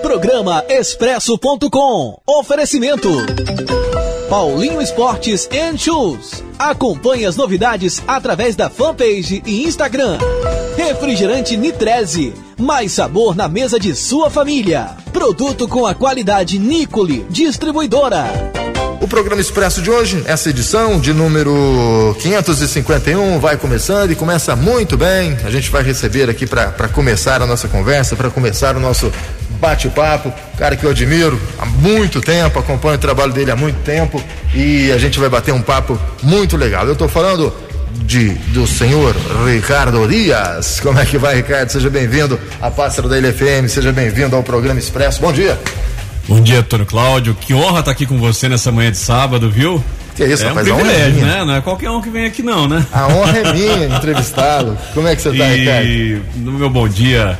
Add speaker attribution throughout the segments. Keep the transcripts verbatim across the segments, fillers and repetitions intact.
Speaker 1: Programa Expresso ponto com. Oferecimento Paulinho Esportes and Shoes. Acompanhe as novidades através da fanpage e Instagram. Refrigerante Nitreze. Mais sabor na mesa de sua família. Produto com a qualidade Nicole, distribuidora.
Speaker 2: O programa Expresso de hoje, essa edição de número quinhentos e cinquenta e um, vai começando e começa muito bem. A gente vai receber aqui para começar a nossa conversa, para começar o nosso bate-papo, cara que eu admiro há muito tempo, acompanho o trabalho dele há muito tempo e a gente vai bater um papo muito legal. Eu tô falando de, do senhor Ricardo Dias. Como é que vai, Ricardo? Seja bem-vindo à Pássaro da Ilha F M, seja bem-vindo ao programa Expresso. Bom dia.
Speaker 3: Bom dia, Antônio Cláudio. Que honra estar aqui com você nessa manhã de sábado, viu?
Speaker 2: Que isso,
Speaker 3: é
Speaker 2: rapaz,
Speaker 3: um privilégio,
Speaker 2: é
Speaker 3: né? Não é qualquer um que vem aqui não, né?
Speaker 2: A honra é minha entrevistá-lo. Como é que você está, Ricardo?
Speaker 3: E no meu bom dia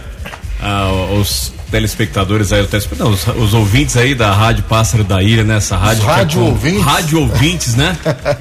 Speaker 3: aos telespectadores aí, não, os, os ouvintes aí da Rádio Pássaro da Ilha, né? Essa rádio.
Speaker 2: Rádio ouvintes.
Speaker 3: Rádio ouvintes, né?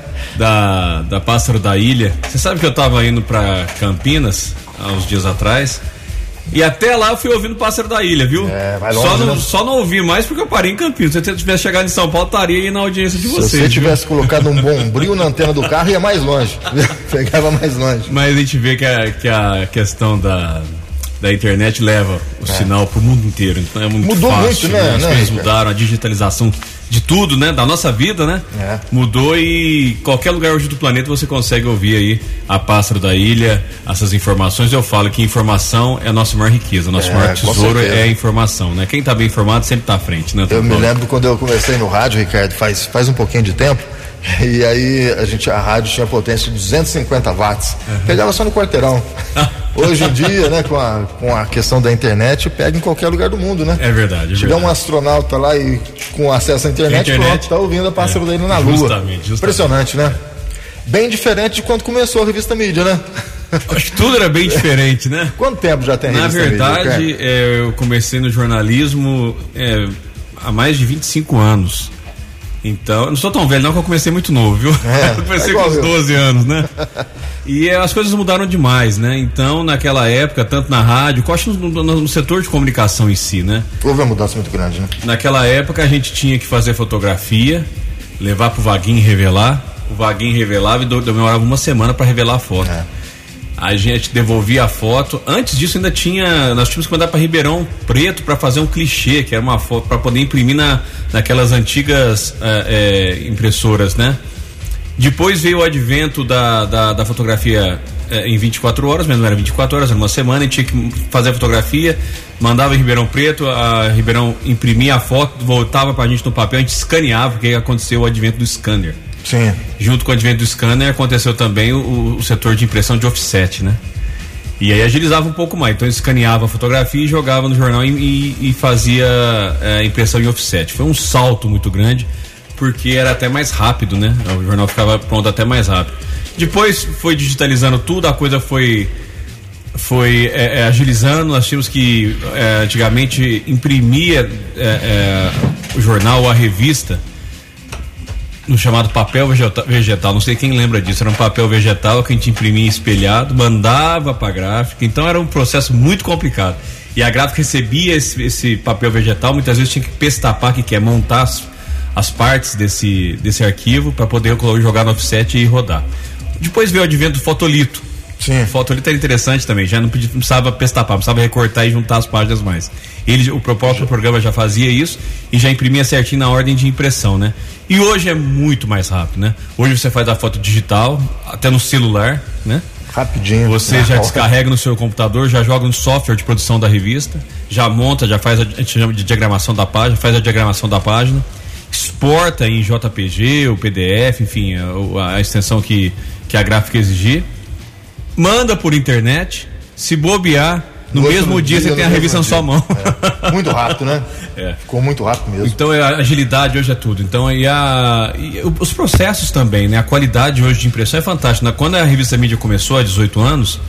Speaker 3: da, da Pássaro da Ilha. Você sabe que eu estava indo para Campinas há uns dias atrás. E até lá eu fui ouvindo o Pássaro da Ilha, viu?
Speaker 2: É, vai longe,
Speaker 3: só, não,
Speaker 2: né?
Speaker 3: só não ouvi mais porque eu parei em Campinas. Se eu tivesse chegado em São Paulo, estaria aí na audiência de vocês.
Speaker 2: Se você tivesse viu? colocado um bombril na antena do carro, ia mais longe. Pegava mais longe.
Speaker 3: Mas a gente vê que a, que a questão da, da internet leva o é. sinal pro mundo inteiro. Então é muito
Speaker 2: Mudou
Speaker 3: fácil,
Speaker 2: muito, né?
Speaker 3: né? As
Speaker 2: né,
Speaker 3: coisas
Speaker 2: cara?
Speaker 3: mudaram, a digitalização de tudo, né? Da nossa vida, né?
Speaker 2: É.
Speaker 3: Mudou e qualquer lugar hoje do planeta você consegue ouvir aí a Pássaro da Ilha, essas informações. Eu falo que informação é a nossa maior riqueza, nosso é, maior tesouro é a informação, né? Quem tá bem informado sempre tá à frente, né?
Speaker 2: Eu me lembro quando eu comecei no rádio, Ricardo, faz, faz um pouquinho de tempo, e aí a gente, a rádio tinha potência de duzentos e cinquenta watts, uhum. Pegava só no quarteirão. Hoje em dia, né, com a, com a questão da internet, pega em qualquer lugar do mundo, né?
Speaker 3: É verdade. É
Speaker 2: Se tiver um astronauta lá e com acesso à internet, internet pronto, tá ouvindo a Pássaro é, dele na Lua.
Speaker 3: Justamente, justamente.
Speaker 2: Impressionante, né? Bem diferente de quando começou a revista Mídia, né?
Speaker 3: Acho que tudo era bem diferente, né?
Speaker 2: Quanto tempo já tem a revista Mídia?
Speaker 3: Na verdade, é, eu comecei no jornalismo é, há mais de vinte e cinco anos. Então, eu não sou tão velho não, que eu comecei muito novo, viu? É, eu comecei é com uns doze anos, né? E as coisas mudaram demais, né? Então, naquela época, tanto na rádio, eu acho no, no, no setor de comunicação em si, né?
Speaker 2: Houve uma mudança muito grande, né?
Speaker 3: Naquela época a gente tinha que fazer fotografia, levar pro Vaguinho revelar, o Vaguinho revelava e demorava uma semana para revelar a foto. É. A gente devolvia a foto. Antes disso ainda tinha, nós tínhamos que mandar para Ribeirão Preto para fazer um clichê, que era uma foto para poder imprimir na, naquelas antigas é, é, impressoras, né? Depois veio o advento da, da, da fotografia é, em vinte e quatro horas, mas não era vinte e quatro horas, era uma semana, e tinha que fazer a fotografia, mandava em Ribeirão Preto, a Ribeirão imprimia a foto, voltava pra gente no papel, a gente escaneava, porque aconteceu o advento do scanner.
Speaker 2: Sim.
Speaker 3: Junto com o advento do scanner aconteceu também o, o setor de impressão de offset, né? E aí agilizava um pouco mais, então escaneava a fotografia e jogava no jornal e, e, e fazia é, impressão em offset. Foi um salto muito grande, porque era até mais rápido, né? O jornal ficava pronto até mais rápido. Depois foi digitalizando tudo, a coisa foi foi é, é, agilizando. Nós tínhamos que é, antigamente imprimia é, é, o jornal ou a revista no chamado papel vegetal, vegetal, não sei quem lembra disso, era um papel vegetal que a gente imprimia espelhado, mandava para a gráfica, então era um processo muito complicado. E a gráfica recebia esse, esse papel vegetal, muitas vezes tinha que pestapar, que é montar as, as partes desse, desse arquivo para poder jogar no offset e rodar. Depois veio o advento do fotolito.
Speaker 2: Sim.
Speaker 3: O fotolito era interessante também, já não, podia, não precisava pestapar, precisava recortar e juntar as páginas mais. Ele, o próprio programa já fazia isso e já imprimia certinho na ordem de impressão, né? E hoje é muito mais rápido, né? Hoje você faz a foto digital, até no celular, né?
Speaker 2: Rapidinho.
Speaker 3: Você já descarrega no seu computador, já joga no software de produção da revista, já monta, já faz a, a gente chama de diagramação da página, faz a diagramação da página, exporta em J P G, o P D F, enfim, a, a extensão que, que a gráfica exigir, manda por internet, se bobear, no, no mesmo dia, dia você tem a revista na sua mão.
Speaker 2: É. Muito rápido, né?
Speaker 3: É.
Speaker 2: Ficou muito rápido mesmo.
Speaker 3: Então a agilidade hoje é tudo. Então e, a, e os processos também, né? A qualidade hoje de impressão é fantástica. Quando a revista Mídia começou há dezoito anos,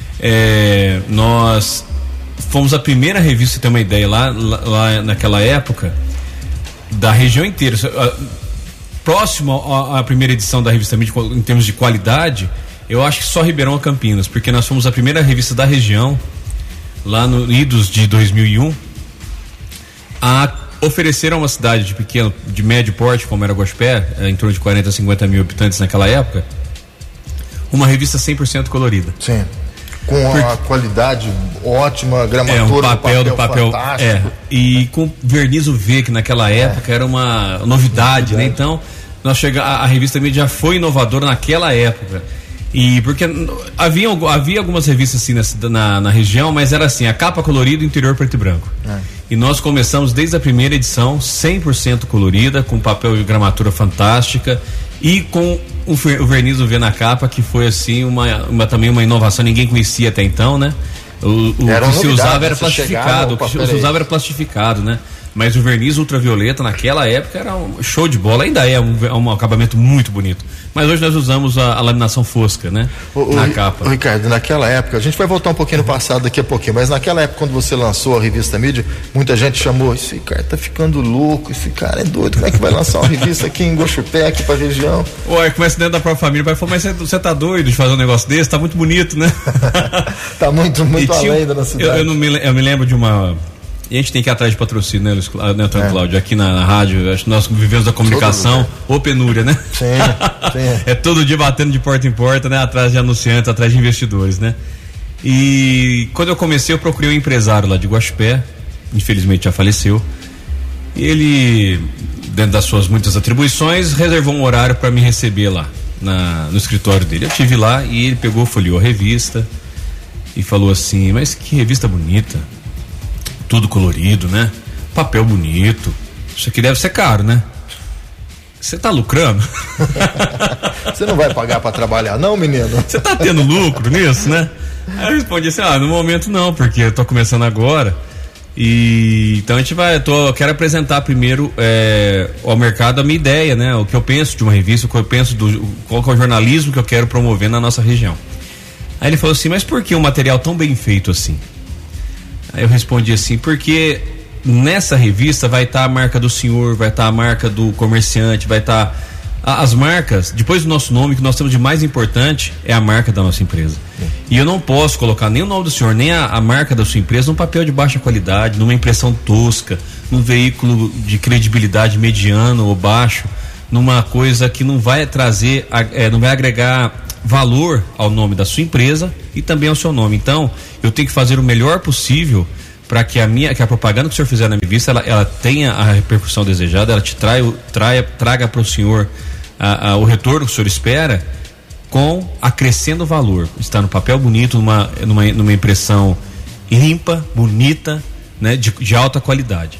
Speaker 3: é, nós fomos a primeira revista, pra ter uma ideia, lá, lá, lá naquela época, da região inteira. Próximo à, à primeira edição da revista Mídia, em termos de qualidade, eu acho que só Ribeirão a Campinas, porque nós fomos a primeira revista da região, lá no Idos de dois mil e um, a ofereceram uma cidade de pequeno, de médio porte, como era Guaxupé, em torno de quarenta a cinquenta mil habitantes naquela época, uma revista cem por cento colorida.
Speaker 2: Sim. Com a qualidade ótima, gramatura,
Speaker 3: é, um papel do papel,
Speaker 2: do papel
Speaker 3: é, e com verniz U V, que naquela época é. era uma novidade, né? Então, nós chega, a, a revista Mídia já foi inovadora naquela época. E porque havia, havia algumas revistas assim na, na, na região, mas era assim, a capa colorida e o interior preto e branco. É. E nós começamos desde a primeira edição cem por cento colorida, com papel de gramatura fantástica e com o, o verniz U V na capa, que foi assim uma, uma também uma inovação, ninguém conhecia até então, né? O, o que se usava era plastificado, o que se usava era plastificado, né? Mas o verniz ultravioleta naquela época era um show de bola, ainda é um, um acabamento muito bonito. Mas hoje nós usamos a, a laminação fosca, né?
Speaker 2: O,
Speaker 3: na
Speaker 2: o,
Speaker 3: capa.
Speaker 2: O Ricardo, naquela época, a gente vai voltar um pouquinho no passado daqui a pouquinho, mas naquela época, quando você lançou a revista Mídia, muita gente chamou, esse cara tá ficando louco, esse cara é doido, como é que vai lançar uma revista aqui em Guaxupé, aqui pra região?
Speaker 3: Ué, começa dentro da própria família, vai falar, mas você tá doido de fazer um negócio desse? Tá muito bonito, né?
Speaker 2: Tá muito, muito além tinha, da nossa cidade.
Speaker 3: Eu, eu, não me, eu me lembro de uma... E a gente tem que ir atrás de patrocínio, né, né Antônio é. Cláudio? Aqui na, na rádio, acho que nós vivemos a comunicação ou penúria, né?
Speaker 2: Sim, sim.
Speaker 3: É todo dia batendo de porta em porta, né? Atrás de anunciantes, atrás de investidores, né? E quando eu comecei, eu procurei um empresário lá de Guaxupé, infelizmente já faleceu. E ele, dentro das suas muitas atribuições, reservou um horário para me receber lá, na, no escritório dele. Eu estive lá e ele pegou, folheou a revista e falou assim, mas que revista bonita. Tudo colorido, né? Papel bonito. Isso aqui deve ser caro, né? Você tá lucrando?
Speaker 2: Você não vai pagar para trabalhar, não, menino?
Speaker 3: Você tá tendo lucro nisso, né? Aí eu respondi assim, ah, no momento não, porque eu tô começando agora. E então a gente vai, eu tô, eu quero apresentar primeiro é, ao mercado a minha ideia, né? O que eu penso de uma revista, o que eu penso do qual que é o jornalismo que eu quero promover na nossa região. Aí ele falou assim, mas por que um material tão bem feito assim? Aí eu respondi assim, porque nessa revista vai estar tá a marca do senhor, vai estar tá a marca do comerciante, vai estar tá as marcas, depois do nosso nome, que nós temos de mais importante é a marca da nossa empresa. Sim. E eu não posso colocar nem o nome do senhor, nem a, a marca da sua empresa num papel de baixa qualidade, numa impressão tosca, num veículo de credibilidade mediano ou baixo, numa coisa que não vai trazer, é, não vai agregar valor ao nome da sua empresa e também ao seu nome. Então, eu tenho que fazer o melhor possível para que a minha, que a propaganda que o senhor fizer na minha revista, ela, ela tenha a repercussão desejada, ela te traia, traia, traga para o senhor a, a, o retorno que o senhor espera, com acrescendo valor. Está no papel bonito, numa, numa, numa impressão limpa, bonita, né, de, de alta qualidade.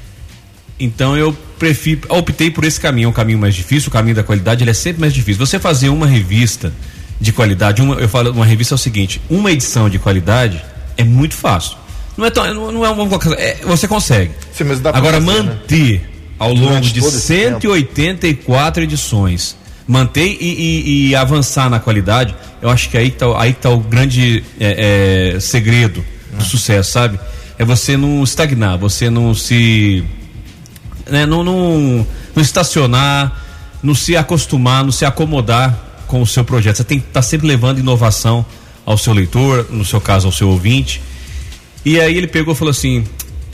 Speaker 3: Então eu prefiro, optei por esse caminho, é um caminho mais difícil, o caminho da qualidade ele é sempre mais difícil. Você fazer uma revista de qualidade, uma, eu falo, uma revista é o seguinte, uma edição de qualidade é muito fácil. Não é tão, não, não é uma coisa, é, você consegue.
Speaker 2: Sim, mas dá pra
Speaker 3: Agora
Speaker 2: fazer,
Speaker 3: manter, né? Ao longo
Speaker 2: Durante
Speaker 3: de cento e oitenta e quatro edições, manter e, e, e avançar na qualidade, eu acho que aí está aí tá o grande é, é, segredo do ah. sucesso, sabe? É você não estagnar, você não se... Né, não, não, não estacionar, não se acostumar, não se acomodar com o seu projeto. Você tem que estar sempre levando inovação ao seu leitor, no seu caso ao seu ouvinte. E aí ele pegou e falou assim,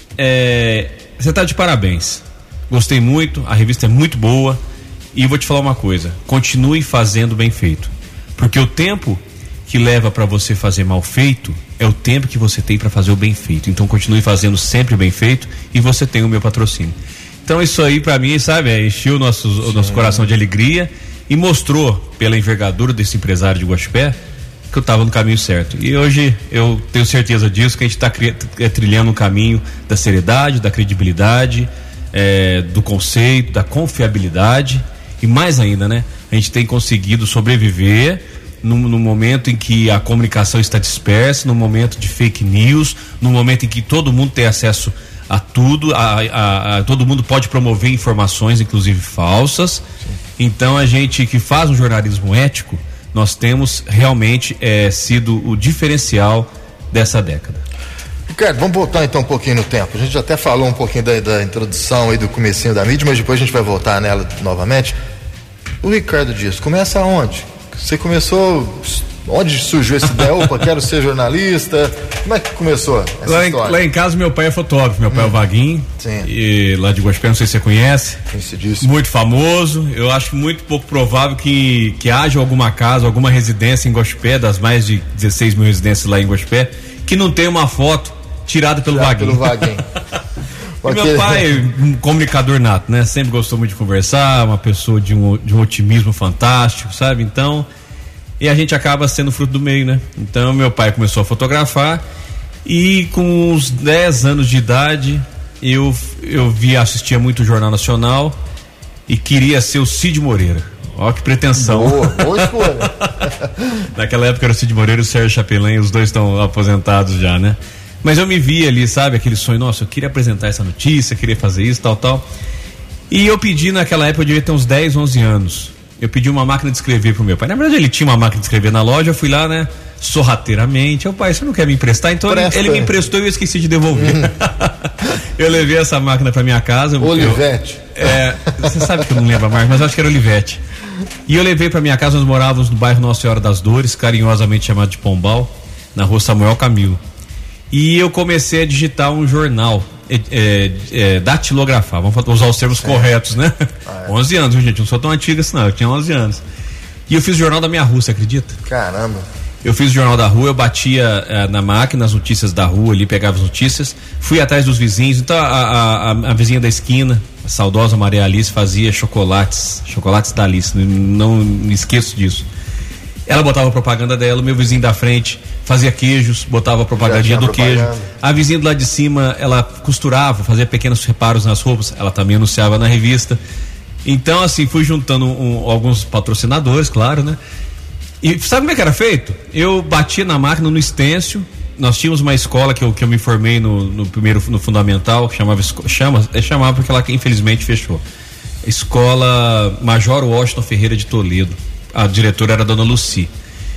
Speaker 3: é, você está de parabéns, gostei muito, a revista é muito boa e vou te falar uma coisa, continue fazendo bem feito, porque o tempo que leva para você fazer mal feito é o tempo que você tem para fazer o bem feito. Então continue fazendo sempre o bem feito e você tem o meu patrocínio. Então isso aí para mim, sabe, é, encheu o nosso, o nosso coração de alegria e mostrou pela envergadura desse empresário de Guaxupé que eu estava no caminho certo. E hoje eu tenho certeza disso, que a gente está trilhando um caminho da seriedade, da credibilidade, é, do conceito, da confiabilidade e mais ainda, né? A gente tem conseguido sobreviver no, no momento em que a comunicação está dispersa, no momento de fake news, no momento em que todo mundo tem acesso a tudo, a, a, a, todo mundo pode promover informações, inclusive falsas. Sim. Então a gente que faz um jornalismo ético, nós temos realmente é, sido o diferencial dessa década.
Speaker 2: Ricardo, vamos voltar então um pouquinho no tempo. A gente já até falou um pouquinho da, da introdução aí do comecinho da mídia, mas depois a gente vai voltar nela novamente. O Ricardo Dias, começa aonde? Você começou Onde surgiu essa ideia? Opa, quero ser jornalista. Como é que começou essa
Speaker 3: lá
Speaker 2: história?
Speaker 3: Em, lá em casa meu pai é fotógrafo, meu pai hum. é o Vaguinho.
Speaker 2: Sim.
Speaker 3: E lá de Guaxupé, não sei se você conhece.
Speaker 2: Conhecidíssimo.
Speaker 3: Muito famoso. Eu acho muito pouco provável que, que haja alguma casa, alguma residência em Guaxupé, das mais de dezesseis mil residências lá em Guaxupé, que não tenha uma foto tirada pelo
Speaker 2: tirada
Speaker 3: Vaguinho.
Speaker 2: Pelo Vaguinho.
Speaker 3: E meu pai, um comunicador nato, né? Sempre gostou muito de conversar, uma pessoa de um, de um otimismo fantástico, sabe? Então, e a gente acaba sendo fruto do meio, né? Então, meu pai começou a fotografar e com uns dez anos de idade, eu, eu via, assistia muito o Jornal Nacional e queria ser o Cid Moreira. Ó que pretensão.
Speaker 2: Boa, boa escolha.
Speaker 3: Naquela época era o Cid Moreira e o Sérgio Chapelin, os dois estão aposentados já, né? Mas eu me vi ali, sabe, aquele sonho, nossa, eu queria apresentar essa notícia, queria fazer isso, tal, tal. E eu pedi naquela época, eu devia ter uns dez, onze anos. Eu pedi uma máquina de escrever pro meu pai. Na verdade, ele tinha uma máquina de escrever na loja, eu fui lá, né, sorrateiramente. Ô pai, você não quer me emprestar? Então ele, ele me emprestou e eu esqueci de devolver. Hum. Eu levei essa máquina pra minha casa.
Speaker 2: Olivete.
Speaker 3: Eu, é, você sabe que eu não lembro mais, mas eu acho que era Olivete. E eu levei pra minha casa, nós morávamos no bairro Nossa Senhora das Dores, carinhosamente chamado de Pombal, na rua Samuel Camilo. E eu comecei a digitar um jornal, é, é, é, datilografar, vamos usar os termos é. corretos, né? Ah, é. onze anos, gente, não sou tão antigo assim não, eu tinha onze anos. E eu fiz o jornal da minha rua, você acredita?
Speaker 2: Caramba.
Speaker 3: Eu fiz o jornal da rua, eu batia é, na máquina as notícias da rua ali, pegava as notícias, fui atrás dos vizinhos, então a, a, a, a vizinha da esquina, a saudosa Maria Alice, fazia chocolates, chocolates da Alice, não me esqueço disso. Ela botava a propaganda dela, o meu vizinho da frente fazia queijos, botava a propagandinha do queijo. A vizinha do lado de cima, ela costurava, fazia pequenos reparos nas roupas, ela também anunciava na revista. Então, assim, fui juntando um, alguns patrocinadores, claro, né? E sabe como é que era feito? Eu batia na máquina no estêncil. Nós tínhamos uma escola que eu, que eu me formei no, no primeiro, no fundamental, que chamava, chama, chamava porque ela infelizmente fechou. Escola Major Washington Ferreira de Toledo. A diretora era a dona Luci.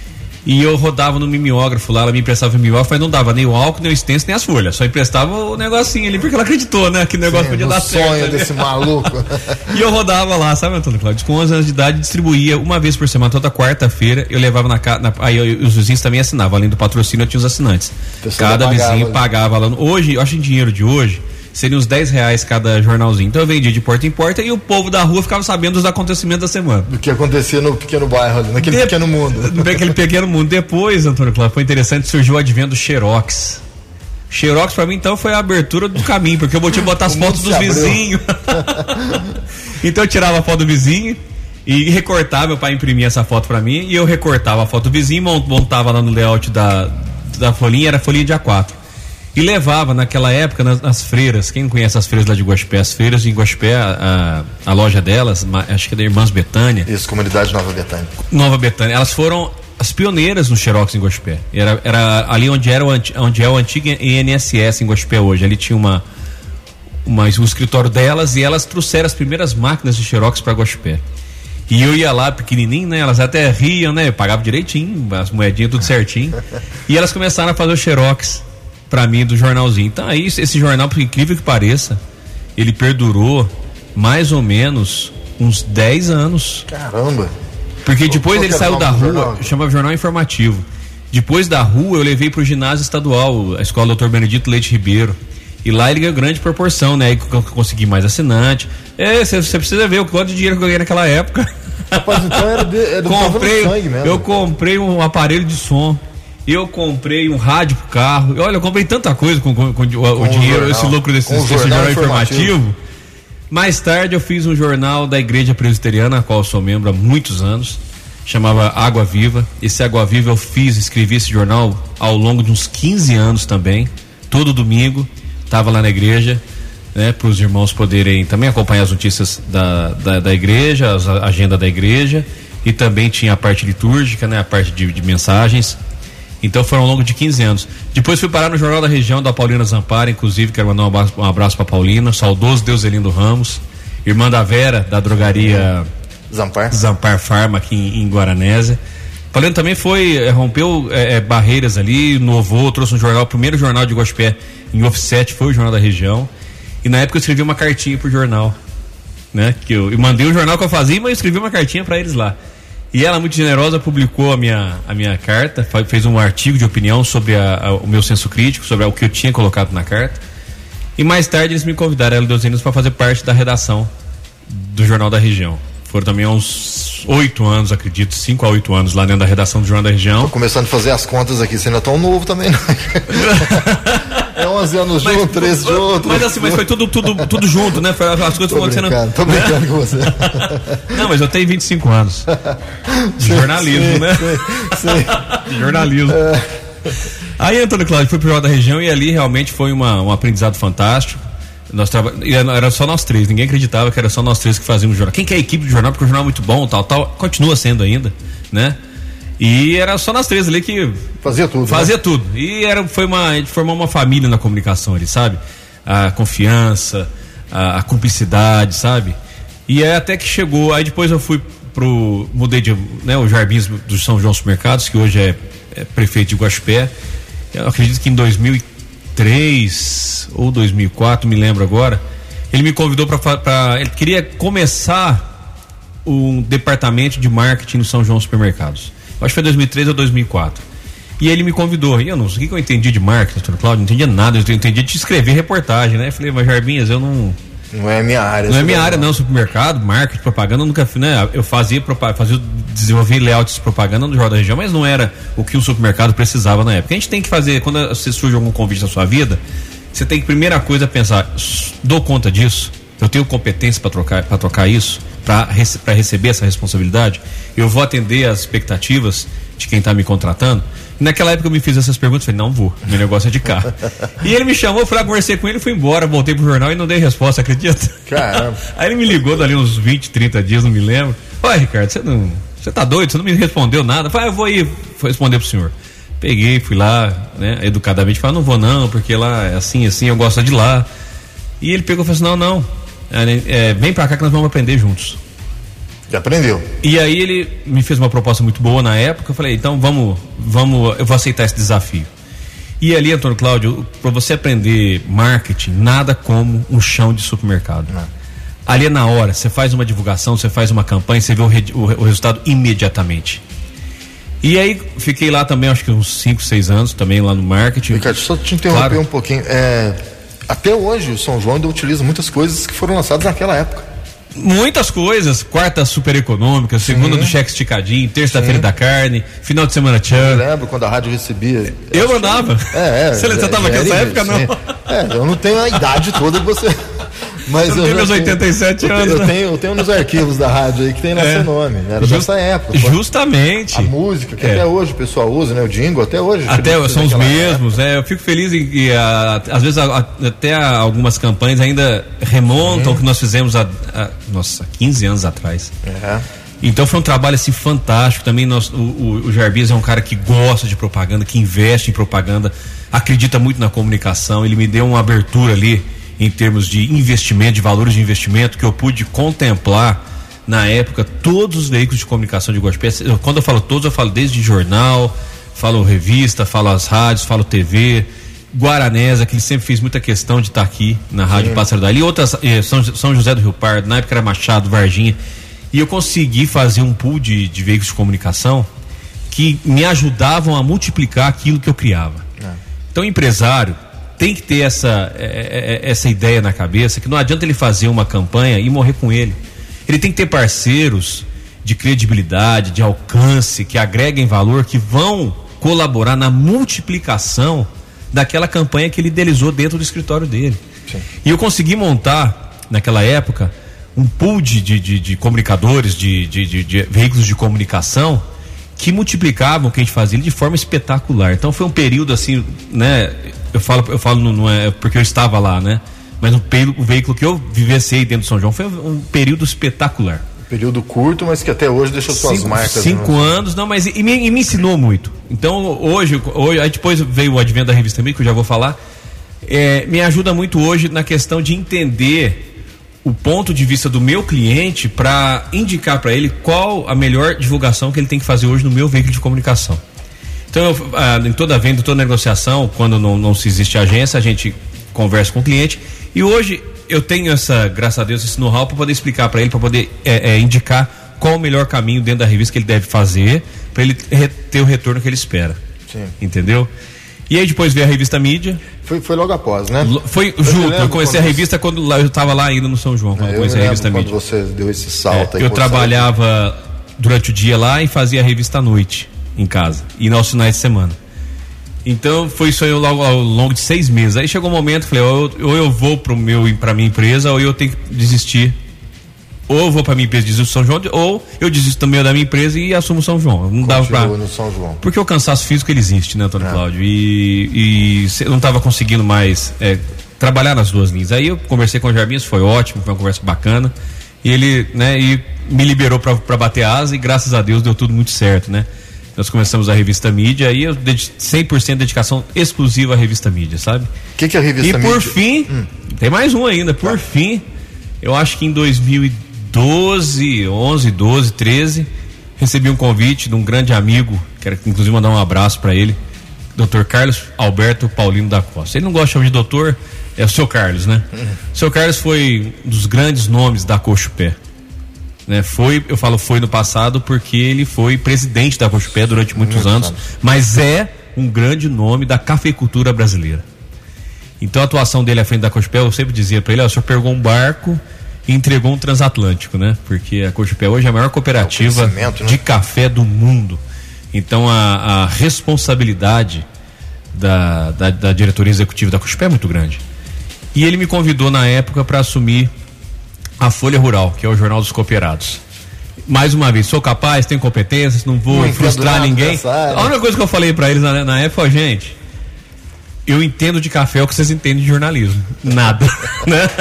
Speaker 3: E eu rodava no mimeógrafo lá, ela me emprestava o mimeógrafo, mas não dava nem o álcool, nem o stencil, nem as folhas. Só emprestava o negocinho ali, porque ela acreditou, né? Que o negócio Sim, podia dar certo.
Speaker 2: Sonho desse maluco.
Speaker 3: E eu rodava lá, sabe, Antônio Cláudio? Com onze anos de idade, distribuía uma vez por semana, toda quarta-feira, eu levava na casa. Aí eu, os vizinhos também assinavam, além do patrocínio, eu tinha os assinantes. Cada vizinho ali. Pagava lá. Hoje, eu acho em dinheiro de hoje, seria uns dez reais cada jornalzinho. Então eu vendia de porta em porta e o povo da rua ficava sabendo dos acontecimentos da semana.
Speaker 2: Do que acontecia no pequeno bairro ali, naquele de... pequeno mundo.
Speaker 3: Naquele pequeno mundo. Depois, Antônio Cláudio, foi interessante, surgiu o advento do Xerox. Xerox pra mim então foi a abertura do caminho, porque eu tinha que botar as fotos dos vizinhos. Então eu tirava a foto do vizinho e recortava, meu pai imprimia essa foto pra mim e eu recortava a foto do vizinho, montava lá no layout da, da folhinha, era folhinha de A quatro. E levava naquela época nas, nas freiras, quem não conhece as freiras lá de Guaxupé, as feiras de Guaxupé, a, a, a loja delas, acho que é da Irmãs Betânia.
Speaker 2: Isso, Comunidade Nova Betânia.
Speaker 3: Nova Betânia, elas foram as pioneiras no Xerox em Guaxupé. Era, era ali onde, era o, onde é o antigo I N S S em Guaxupé hoje, ali tinha uma, uma, um escritório delas e elas trouxeram as primeiras máquinas de Xerox para Guaxupé. E eu ia lá pequenininho, né? Elas até riam, né? Eu pagava direitinho, as moedinhas tudo certinho. E elas começaram a fazer o Xerox pra mim do jornalzinho. Então aí esse jornal, por incrível que pareça, ele perdurou mais ou menos uns dez anos.
Speaker 2: Caramba!
Speaker 3: Porque depois ele saiu da rua, chamava Jornal Informativo. Depois da rua eu levei pro ginásio estadual, a escola doutor Benedito Leite Ribeiro. E lá ele ganhou grande proporção, né? Aí eu consegui mais assinante. É, você precisa ver o quanto de dinheiro que eu ganhei naquela época.
Speaker 2: Rapaz, então era, de, era
Speaker 3: comprei,
Speaker 2: do sangue mesmo.
Speaker 3: Eu comprei um aparelho de som. Eu comprei um rádio pro carro. Olha, eu comprei tanta coisa com, com, com, com o, o dinheiro, jornal, esse lucro desse, desse jornal, jornal informativo. informativo. Mais tarde eu fiz um jornal da Igreja Presbiteriana, a qual eu sou membro há muitos anos. Chamava Água Viva. Esse Água Viva eu fiz, escrevi esse jornal ao longo de uns quinze anos também. Todo domingo, estava lá na igreja, né, para os irmãos poderem também acompanhar as notícias da, da, da igreja, a agenda da igreja. E também tinha a parte litúrgica, né, a parte de, de mensagens. Então foram ao longo de quinze anos. Depois fui parar no Jornal da Região da Paulina Zampara, inclusive quero mandar um abraço, um abraço para Paulina, saudoso Deuselindo Ramos, irmã da Vera, da drogaria
Speaker 2: Zampar,
Speaker 3: Zampar Farma aqui em, em Guaranésia. Paulina também foi, é, rompeu é, barreiras ali, inovou, trouxe um jornal, o primeiro jornal de Guaxupé em offset foi o Jornal da Região. E na época eu escrevi uma cartinha pro jornal, né? Que eu, eu mandei o jornal que eu fazia, mas eu escrevi uma cartinha para eles lá. E ela, muito generosa, publicou a minha, a minha carta, fez um artigo de opinião sobre a, a, o meu senso crítico, sobre o que eu tinha colocado na carta. E mais tarde eles me convidaram, ela e Deus Enos, para fazer parte da redação do Jornal da Região. Foram também uns oito anos, acredito, cinco a oito anos lá dentro da redação do Jornal da Região.
Speaker 2: Tô começando a fazer as contas aqui, você ainda é tão novo também, não? É onze anos junto, treze de outro.
Speaker 3: Mas assim, mas foi tudo, tudo, tudo junto, né? Foi, as coisas foram acontecendo.
Speaker 2: Tô brincando com você.
Speaker 3: Não, mas eu tenho vinte e cinco anos. De jornalismo, sim, né? Sim, sim. De jornalismo. É. Aí, Antônio Cláudio, fui pro Jornal da Região e ali realmente foi uma, um aprendizado fantástico. Nós traba... Era só nós três, ninguém acreditava que era só nós três que fazíamos o jornal. Quem que é a equipe do jornal? Porque o jornal é muito bom, tal, tal. Continua sendo ainda, né? E era só nós três ali que
Speaker 2: fazia tudo.
Speaker 3: Fazia
Speaker 2: né?
Speaker 3: tudo. E era, foi uma, a gente formou uma família na comunicação ali, sabe? A confiança, a, a cumplicidade, sabe? E é até que chegou, aí depois eu fui pro, mudei de, né, o Jarbins do São João Supermercados, que hoje é, é prefeito de Guaxupé. Eu acredito que em dois mil e três ou dois mil e quatro, me lembro agora, ele me convidou para, ele queria começar um departamento de marketing no São João Supermercados. Acho que foi dois mil e três ou dois mil e quatro. E ele me convidou. E eu não sei o que eu entendi de marketing, doutor Cláudio, não entendia nada, eu entendia de escrever reportagem, né? Eu falei, mas Jarbinhas, eu não...
Speaker 2: Não é minha área.
Speaker 3: Não é minha área, não. Supermercado, marketing, propaganda, eu nunca fiz, né? Eu fazia, fazia desenvolver layouts de propaganda no Jornal da Região, mas não era o que um supermercado precisava na época. A gente tem que fazer, quando você surge algum convite na sua vida, você tem que, primeira coisa, pensar, dou conta disso? Eu tenho competência para trocar, para trocar isso? Para rece, para receber essa responsabilidade? Eu vou atender as expectativas de quem está me contratando? Naquela época eu me fiz essas perguntas, falei, não vou, meu negócio é de carro. E ele me chamou, fui lá, conversei com ele, fui embora, voltei pro jornal e não dei resposta, acredita?
Speaker 2: Caramba.
Speaker 3: Aí ele me ligou dali uns vinte, trinta dias, não me lembro. Olha, Ricardo, você não, você tá doido? Você não me respondeu nada? Eu falei, ah, eu vou ir vou responder pro senhor. Peguei, fui lá, né, educadamente, falei, não vou não, porque lá é assim, assim, eu gosto de lá. E ele pegou e falou assim, não, não, é, vem pra cá que nós vamos aprender juntos.
Speaker 2: Já aprendeu.
Speaker 3: E aí ele me fez uma proposta muito boa na época, eu falei, então vamos, vamos, eu vou aceitar esse desafio. E ali, Antônio Cláudio, para você aprender marketing, nada como um chão de supermercado. Não. Ali é na hora, você faz uma divulgação, você faz uma campanha, você vê o, re, o, o resultado imediatamente. E aí fiquei lá também, acho que uns cinco, seis anos também lá no marketing.
Speaker 2: Ricardo, só te interromper claro. um pouquinho. É, até hoje o São João ainda utiliza muitas coisas que foram lançadas naquela época.
Speaker 3: Muitas coisas, quarta super econômica, segunda Sim. do cheque esticadinho, terça-feira da carne, final de semana tchan.
Speaker 2: Eu lembro quando a rádio recebia.
Speaker 3: Eu mandava.
Speaker 2: É, é.
Speaker 3: Você
Speaker 2: é,
Speaker 3: estava
Speaker 2: é,
Speaker 3: naquela
Speaker 2: é,
Speaker 3: época, não?
Speaker 2: É, eu não tenho a idade toda que você. Mas
Speaker 3: eu, eu tenho meus oitenta e sete
Speaker 2: tenho,
Speaker 3: anos.
Speaker 2: Eu, né? tenho, eu tenho nos arquivos da rádio aí que tem lá é. seu nome. Era Just, dessa época.
Speaker 3: Justamente.
Speaker 2: A música, que
Speaker 3: é.
Speaker 2: até hoje o pessoal usa, né? O jingle, até hoje.
Speaker 3: Até são os mesmos, é. Eu fico feliz em que a, às vezes a, a, até algumas campanhas ainda remontam o que nós fizemos há, nossa, quinze anos atrás.
Speaker 2: É.
Speaker 3: Então foi um trabalho assim fantástico. Também nós, o, o, o Jarbis é um cara que gosta de propaganda, que investe em propaganda, acredita muito na comunicação. Ele me deu uma abertura ali em termos de investimento, de valores de investimento, que eu pude contemplar na época todos os veículos de comunicação de Guaxupé. Quando eu falo todos, eu falo desde jornal, falo revista, falo as rádios, falo T V, Guaranesa, que ele sempre fez muita questão de estar aqui na Rádio Sim. Pássaro Dali, outras, eh, São, São José do Rio Pardo, na época era Machado, Varginha, e eu consegui fazer um pool de, de veículos de comunicação que me ajudavam a multiplicar aquilo que eu criava. É. Então, empresário tem que ter essa, essa ideia na cabeça, que não adianta ele fazer uma campanha e morrer com ele. Ele tem que ter parceiros de credibilidade, de alcance, que agreguem valor, que vão colaborar na multiplicação daquela campanha que ele idealizou dentro do escritório dele. Sim. E eu consegui montar, naquela época, um pool de, de, de, de comunicadores, de, de, de, de veículos de comunicação, que multiplicavam o que a gente fazia de forma espetacular. Então foi um período assim, né? Eu falo, eu falo não, não é porque eu estava lá, né? Mas o, o veículo que eu vivenciei dentro do São João foi um período espetacular.
Speaker 2: Um período curto, mas que até hoje deixou suas
Speaker 3: cinco,
Speaker 2: marcas.
Speaker 3: Cinco né? anos, não, mas e me, e me ensinou muito. Então hoje, hoje, aí depois veio o advento da revista também, que eu já vou falar. É, me ajuda muito hoje na questão de entender o ponto de vista do meu cliente para indicar para ele qual a melhor divulgação que ele tem que fazer hoje no meu veículo de comunicação. Então, eu, ah, em toda venda, toda negociação, quando não, não se existe agência, a gente conversa com o cliente. E hoje eu tenho essa, graças a Deus, esse know-how para poder explicar para ele, para poder é, é, indicar qual o melhor caminho dentro da revista que ele deve fazer para ele ter o retorno que ele espera. Sim. Entendeu? E aí depois veio a revista Mídia.
Speaker 2: Foi, foi logo após, né?
Speaker 3: Foi eu junto, eu comecei a revista você... quando eu estava lá ainda no São João, quando é, eu comecei a revista
Speaker 2: quando
Speaker 3: Mídia.
Speaker 2: Você deu esse salto
Speaker 3: é,
Speaker 2: aí.
Speaker 3: Eu trabalhava durante o dia lá e fazia a revista à noite em casa e nos finais de semana. Então foi isso aí logo ao longo de seis meses. Aí chegou um momento, falei, ou eu, ou eu vou pro meu, pra minha empresa, ou eu tenho que desistir. Ou eu vou pra minha empresa e desisto do São João, ou eu desisto também da minha empresa e assumo o São João. Não dava pra...
Speaker 2: no São João.
Speaker 3: Porque o cansaço físico ele existe, né, Antônio é. Cláudio? E, e eu não estava conseguindo mais é, trabalhar nas duas linhas. Aí eu conversei com o Jarbinhos, foi ótimo, foi uma conversa bacana. E ele, né, e me liberou para bater asa e graças a Deus deu tudo muito certo, né? Nós começamos a revista Mídia e eu dediquei cem por cento de dedicação exclusiva à revista Mídia, sabe?
Speaker 2: O que, que é a revista
Speaker 3: e
Speaker 2: Mídia?
Speaker 3: E por fim, hum. tem mais um ainda, por ah. fim, eu acho que em dois mil e doze, onze, doze, treze, recebi um convite de um grande amigo, quero inclusive mandar um abraço para ele, doutor Carlos Alberto Paulino da Costa. Ele não gosta de chamar de doutor, é o seu Carlos, né? Uhum. O seu Carlos foi um dos grandes nomes da Cochupé. Né? Foi, eu falo foi no passado porque ele foi presidente da Cochupé durante muitos Muito anos, anos, mas é um grande nome da cafeicultura brasileira. Então a atuação dele à frente da Cochupé, eu sempre dizia para ele, ó, o senhor pegou um barco e entregou um transatlântico, né? Porque a Cochupé hoje é a maior cooperativa é de né? café do mundo. Então a, a responsabilidade da, da, da diretoria executiva da Cochupé é muito grande. E ele me convidou na época para assumir a Folha Rural, que é o Jornal dos Cooperados. Mais uma vez, sou capaz, tenho competências, não vou não frustrar ninguém. Pensar, a única coisa que eu falei para eles na, na época, gente, eu entendo de café o que vocês entendem de jornalismo. Nada, né?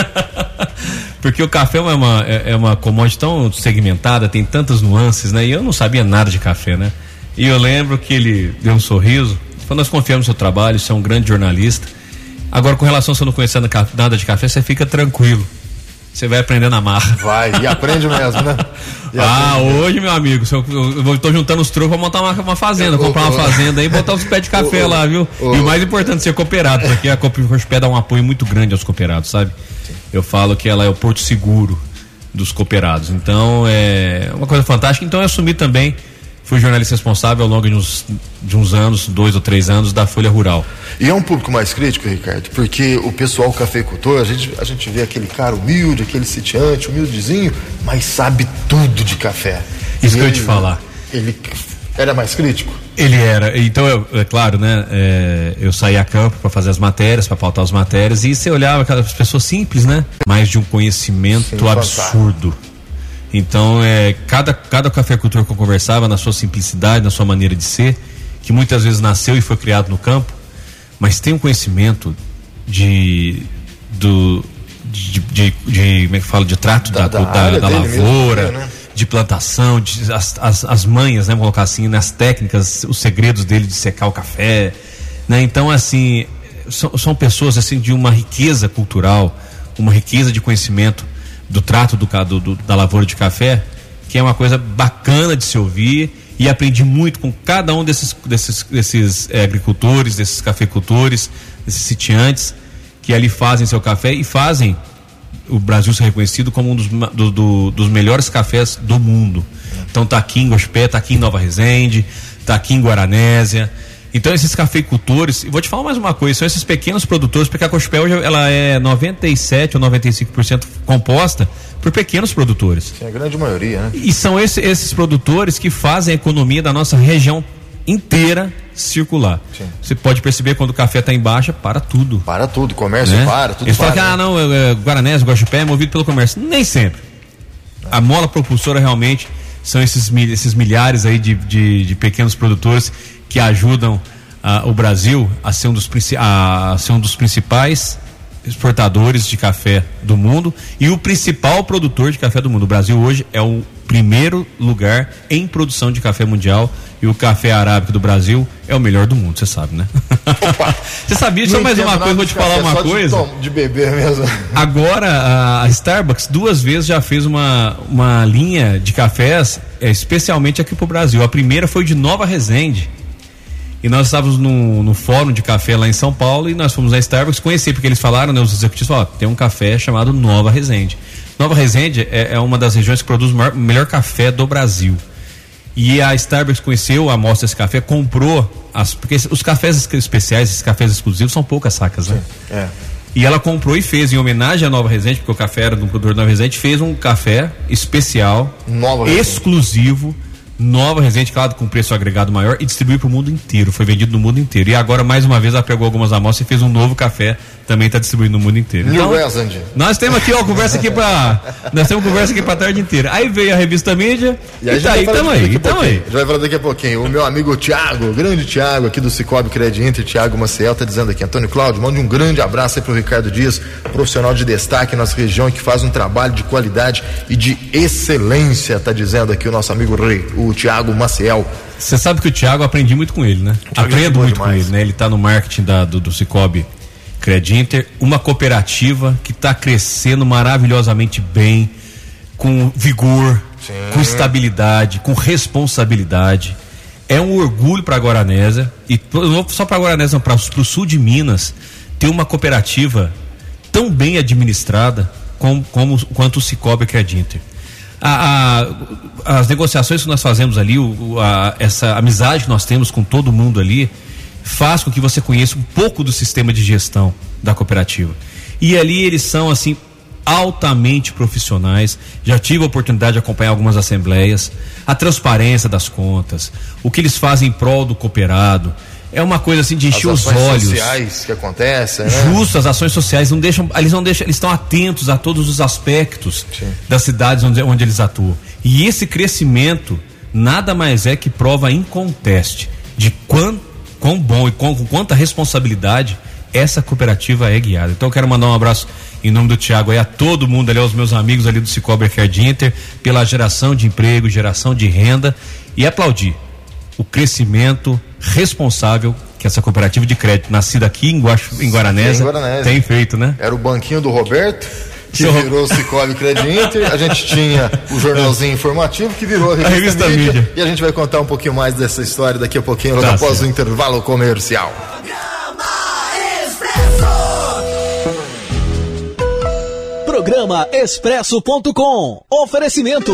Speaker 3: Porque o café é uma, é uma commodity tão segmentada, tem tantas nuances, né? E eu não sabia nada de café, né? E eu lembro que ele deu um sorriso, falou, nós confiamos no seu trabalho, você é um grande jornalista. Agora, com relação a você não conhecer nada de café, você fica tranquilo. Você vai aprender na marra. Vai,
Speaker 2: e aprende mesmo, né?
Speaker 3: E ah, hoje, mesmo. Meu amigo, eu, eu tô juntando os trocos pra montar uma, uma fazenda, eu, comprar eu, uma fazenda aí e botar os pés de café eu, lá, viu? Eu, e o mais importante, ser cooperado, porque a Cochupé dá um apoio muito grande aos cooperados, sabe? Sim. Eu falo que ela é o porto seguro dos cooperados. Então, é uma coisa fantástica. Então, eu assumi também, fui jornalista responsável ao longo de uns, de uns anos, dois ou três anos, da Folha Rural.
Speaker 2: E é um público mais crítico, Ricardo, porque o pessoal cafeicultor, a gente, a gente vê aquele cara humilde, aquele sitiante, humildezinho, mas sabe tudo de café.
Speaker 3: Isso que eu ia te falar.
Speaker 2: Ele era mais crítico?
Speaker 3: Ele era. Então, eu, é claro, né? É, eu saí a campo para fazer as matérias, para pautar as matérias, e você olhava aquelas pessoas simples, né? Mais de um conhecimento Sim, absurdo. Então, é, cada, cada cafeicultor que eu conversava, na sua simplicidade, na sua maneira de ser, que muitas vezes nasceu e foi criado no campo, mas tem um conhecimento de, do, de, de, de como é que fala, de trato da, da, da, da, da lavoura, mesmo, né? De plantação, de, as, as, as manhas, né, vamos colocar assim, nas técnicas, os segredos dele de secar o café, né? Então, assim, são, são pessoas assim, de uma riqueza cultural, uma riqueza de conhecimento do trato do, do, da lavoura de café, que é uma coisa bacana de se ouvir, e aprendi muito com cada um desses, desses, desses é, agricultores, desses cafeicultores, desses sitiantes, que ali fazem seu café e fazem o Brasil ser reconhecido como um dos, do, do, dos melhores cafés do mundo. Então tá aqui em Cochupé, tá aqui em Nova Resende, tá aqui em Guaranésia. Então esses cafeicultores, e vou te falar mais uma coisa, são esses pequenos produtores, porque a Cochupé hoje ela é noventa e sete ou noventa e cinco por cento composta por pequenos produtores.
Speaker 2: Sim, a grande maioria, né?
Speaker 3: E são esse, esses produtores que fazem a economia da nossa região inteira circular. Sim. Você pode perceber quando o café está em baixa, para tudo.
Speaker 2: Para tudo, comércio
Speaker 3: né?
Speaker 2: para, tudo
Speaker 3: Eles
Speaker 2: para.
Speaker 3: Eles falam que, ah, não, é, é, Guaranésia, Cochupé é movido pelo comércio. Nem sempre. Não. A mola propulsora realmente são esses, esses milhares aí de, de, de pequenos produtores que ajudam ah, o Brasil a ser, um dos, a, a ser um dos principais exportadores de café do mundo e o principal produtor de café do mundo. O Brasil hoje é o primeiro lugar em produção de café mundial e o café arábica do Brasil é o melhor do mundo, você sabe, né? Você sabia? Só mais uma coisa, vou te falar uma coisa.
Speaker 2: De, tom, de beber mesmo.
Speaker 3: Agora a Starbucks duas vezes já fez uma, uma linha de cafés é, especialmente aqui pro Brasil. A primeira foi de Nova Resende. E nós estávamos no, no fórum de café lá em São Paulo e nós fomos na Starbucks conhecer, porque eles falaram, né, os executivos falaram, tem um café chamado Nova Resende. Nova Resende é, é uma das regiões que produz o maior, melhor café do Brasil. E a Starbucks conheceu a amostra desse café, comprou as, porque os cafés especiais, esses cafés exclusivos são poucas sacas, né?
Speaker 2: Sim, é.
Speaker 3: E ela comprou e fez, em homenagem à Nova Resende, porque o café era do produtor Nova Resende, fez um café especial,
Speaker 2: Nova
Speaker 3: exclusivo, Nova Resende, claro, com preço agregado maior, e distribuiu para o mundo inteiro, foi vendido no mundo inteiro. E agora, mais uma vez, ela pegou algumas amostras e fez um novo café, também está distribuindo no mundo inteiro.
Speaker 2: New
Speaker 3: Então,
Speaker 2: Resende.
Speaker 3: nós temos aqui, ó, conversa aqui pra. Nós temos conversa aqui pra tarde inteira. Aí veio a revista Mídia,
Speaker 2: e, aí
Speaker 3: e tá aí, tamo aí, tamo aí.
Speaker 2: A gente vai falar daqui a pouquinho. O meu amigo Thiago, o grande Thiago aqui do Cicobi Cred Inter, Thiago Maciel, tá dizendo aqui, Antônio Cláudio, mande um grande abraço aí pro Ricardo Dias, profissional de destaque em nossa região, que faz um trabalho de qualidade e de excelência, tá dizendo aqui o nosso amigo o Thiago Maciel.
Speaker 3: Você sabe que o Thiago, aprendi muito com ele, né? Aprendo muito demais com ele, né? Ele tá no marketing da, do, do Cicobi Cred Inter, uma cooperativa que está crescendo maravilhosamente bem, com vigor, sim, com estabilidade, com responsabilidade. É um orgulho para a Guaranésia, e não só para a Guaranésia, para o sul de Minas, ter uma cooperativa tão bem administrada como, como, quanto o Cicobi Cred Inter. A, a, as negociações que nós fazemos ali, o, a, essa amizade que nós temos com todo mundo ali, faz com que você conheça um pouco do sistema de gestão da cooperativa. E ali eles são, assim, altamente profissionais. Já tive a oportunidade de acompanhar algumas assembleias, a transparência das contas, o que eles fazem em prol do cooperado. É uma coisa assim de encher os olhos. As ações
Speaker 2: sociais que acontecem, né?
Speaker 3: Justo, as ações sociais não deixam, eles não deixam, eles estão atentos a todos os aspectos, sim, das cidades onde, onde eles atuam. E esse crescimento nada mais é que prova inconteste de quanto, quão bom e com, com quanta responsabilidade essa cooperativa é guiada. Então eu quero mandar um abraço em nome do Thiago aí a todo mundo ali, aos meus amigos ali do Cicobi Cred Inter, pela geração de emprego, geração de renda, e aplaudir o crescimento responsável que essa cooperativa de crédito, nascida aqui em, Guax... em Guaranésia, tem feito, né?
Speaker 2: Era o banquinho do Roberto, que Seu... virou o Cicobi Cred Inter. A gente tinha o jornalzinho informativo, que virou a revista, a revista mídia. mídia. E a gente vai contar um pouquinho mais dessa história daqui a pouquinho, logo tá após certo. o intervalo comercial.
Speaker 1: Programa Expresso ponto com. Oferecimento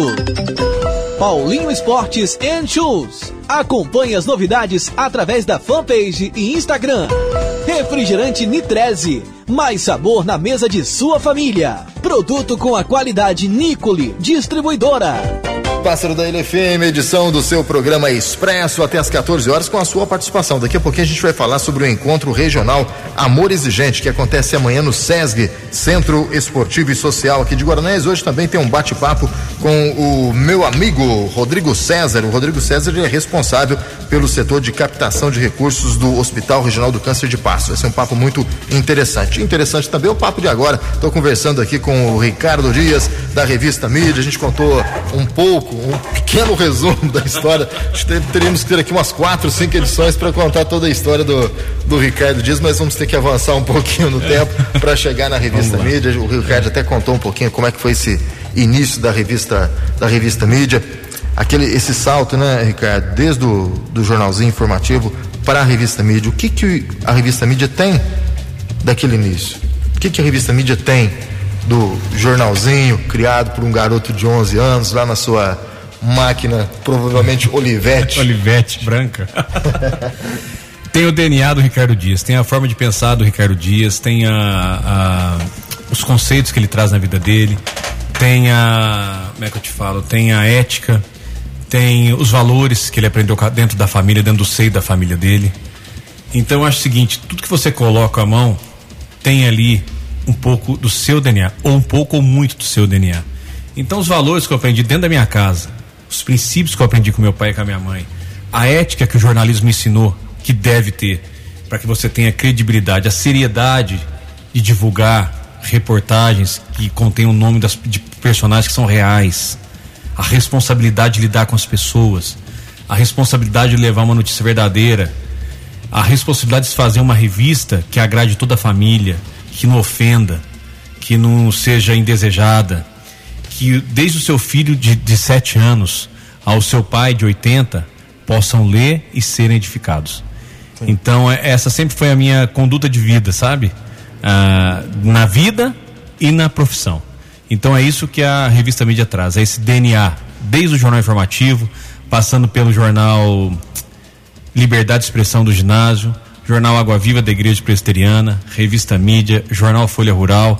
Speaker 1: Paulinho Esportes and Shoes. Acompanhe as novidades através da fanpage e Instagram. Refrigerante Nitreze. Mais sabor na mesa de sua família. Produto com a qualidade Nicole, distribuidora.
Speaker 2: Pássaro da Ilha F M, edição do seu programa Expresso até às quatorze horas com a sua participação. Daqui a pouquinho a gente vai falar sobre o encontro regional Amor Exigente, que acontece amanhã no SESG, Centro Esportivo e Social aqui de Guaranésia. Hoje também tem um bate-papo com o meu amigo Rodrigo César. O Rodrigo César é responsável pelo setor de captação de recursos do Hospital Regional do Câncer de Passo. Vai ser um papo muito interessante. Interessante também o papo de agora. Estou conversando aqui com o Ricardo Dias, da revista Mídia. A gente contou um pouco, um pequeno resumo da história. Teríamos que ter aqui umas quatro, cinco edições para contar toda a história do, do Ricardo Dias, mas vamos ter que avançar um pouquinho no tempo para chegar na revista Mídia. O Ricardo até contou um pouquinho como é que foi esse início da revista, da revista Mídia. Aquele, esse salto, né, Ricardo, desde o do jornalzinho informativo para a revista Mídia. O que, que a revista Mídia tem daquele início? O que, que a revista Mídia tem do jornalzinho criado por um garoto de onze anos lá na sua máquina, provavelmente Olivetti?
Speaker 3: Olivetti branca. Tem o D N A do Ricardo Dias, tem a forma de pensar do Ricardo Dias, tem a, a, os conceitos que ele traz na vida dele, tem a, como é que eu te falo, tem a ética, tem os valores que ele aprendeu dentro da família, dentro do seio da família dele. Então eu acho o seguinte, tudo que você coloca a mão tem ali um pouco do seu D N A, ou um pouco ou muito do seu D N A. Então os valores que eu aprendi dentro da minha casa, os princípios que eu aprendi com meu pai e com a minha mãe, a ética que o jornalismo me ensinou que deve ter, para que você tenha credibilidade, a seriedade de divulgar reportagens que contêm o nome das, de personagens que são reais, a responsabilidade de lidar com as pessoas, a responsabilidade de levar uma notícia verdadeira, a responsabilidade de fazer uma revista que agrade toda a família, que não ofenda, que não seja indesejada, que desde o seu filho de, de sete anos ao seu pai de oitenta possam ler e serem edificados. Sim. Então essa sempre foi a minha conduta de vida, sabe? Ah, na vida e na profissão. Então é isso que a revista Mídia traz, é esse D N A, desde o jornal informativo, passando pelo jornal Liberdade de Expressão do Ginásio, jornal Água Viva da Igreja Presbiteriana, revista Mídia, jornal Folha Rural.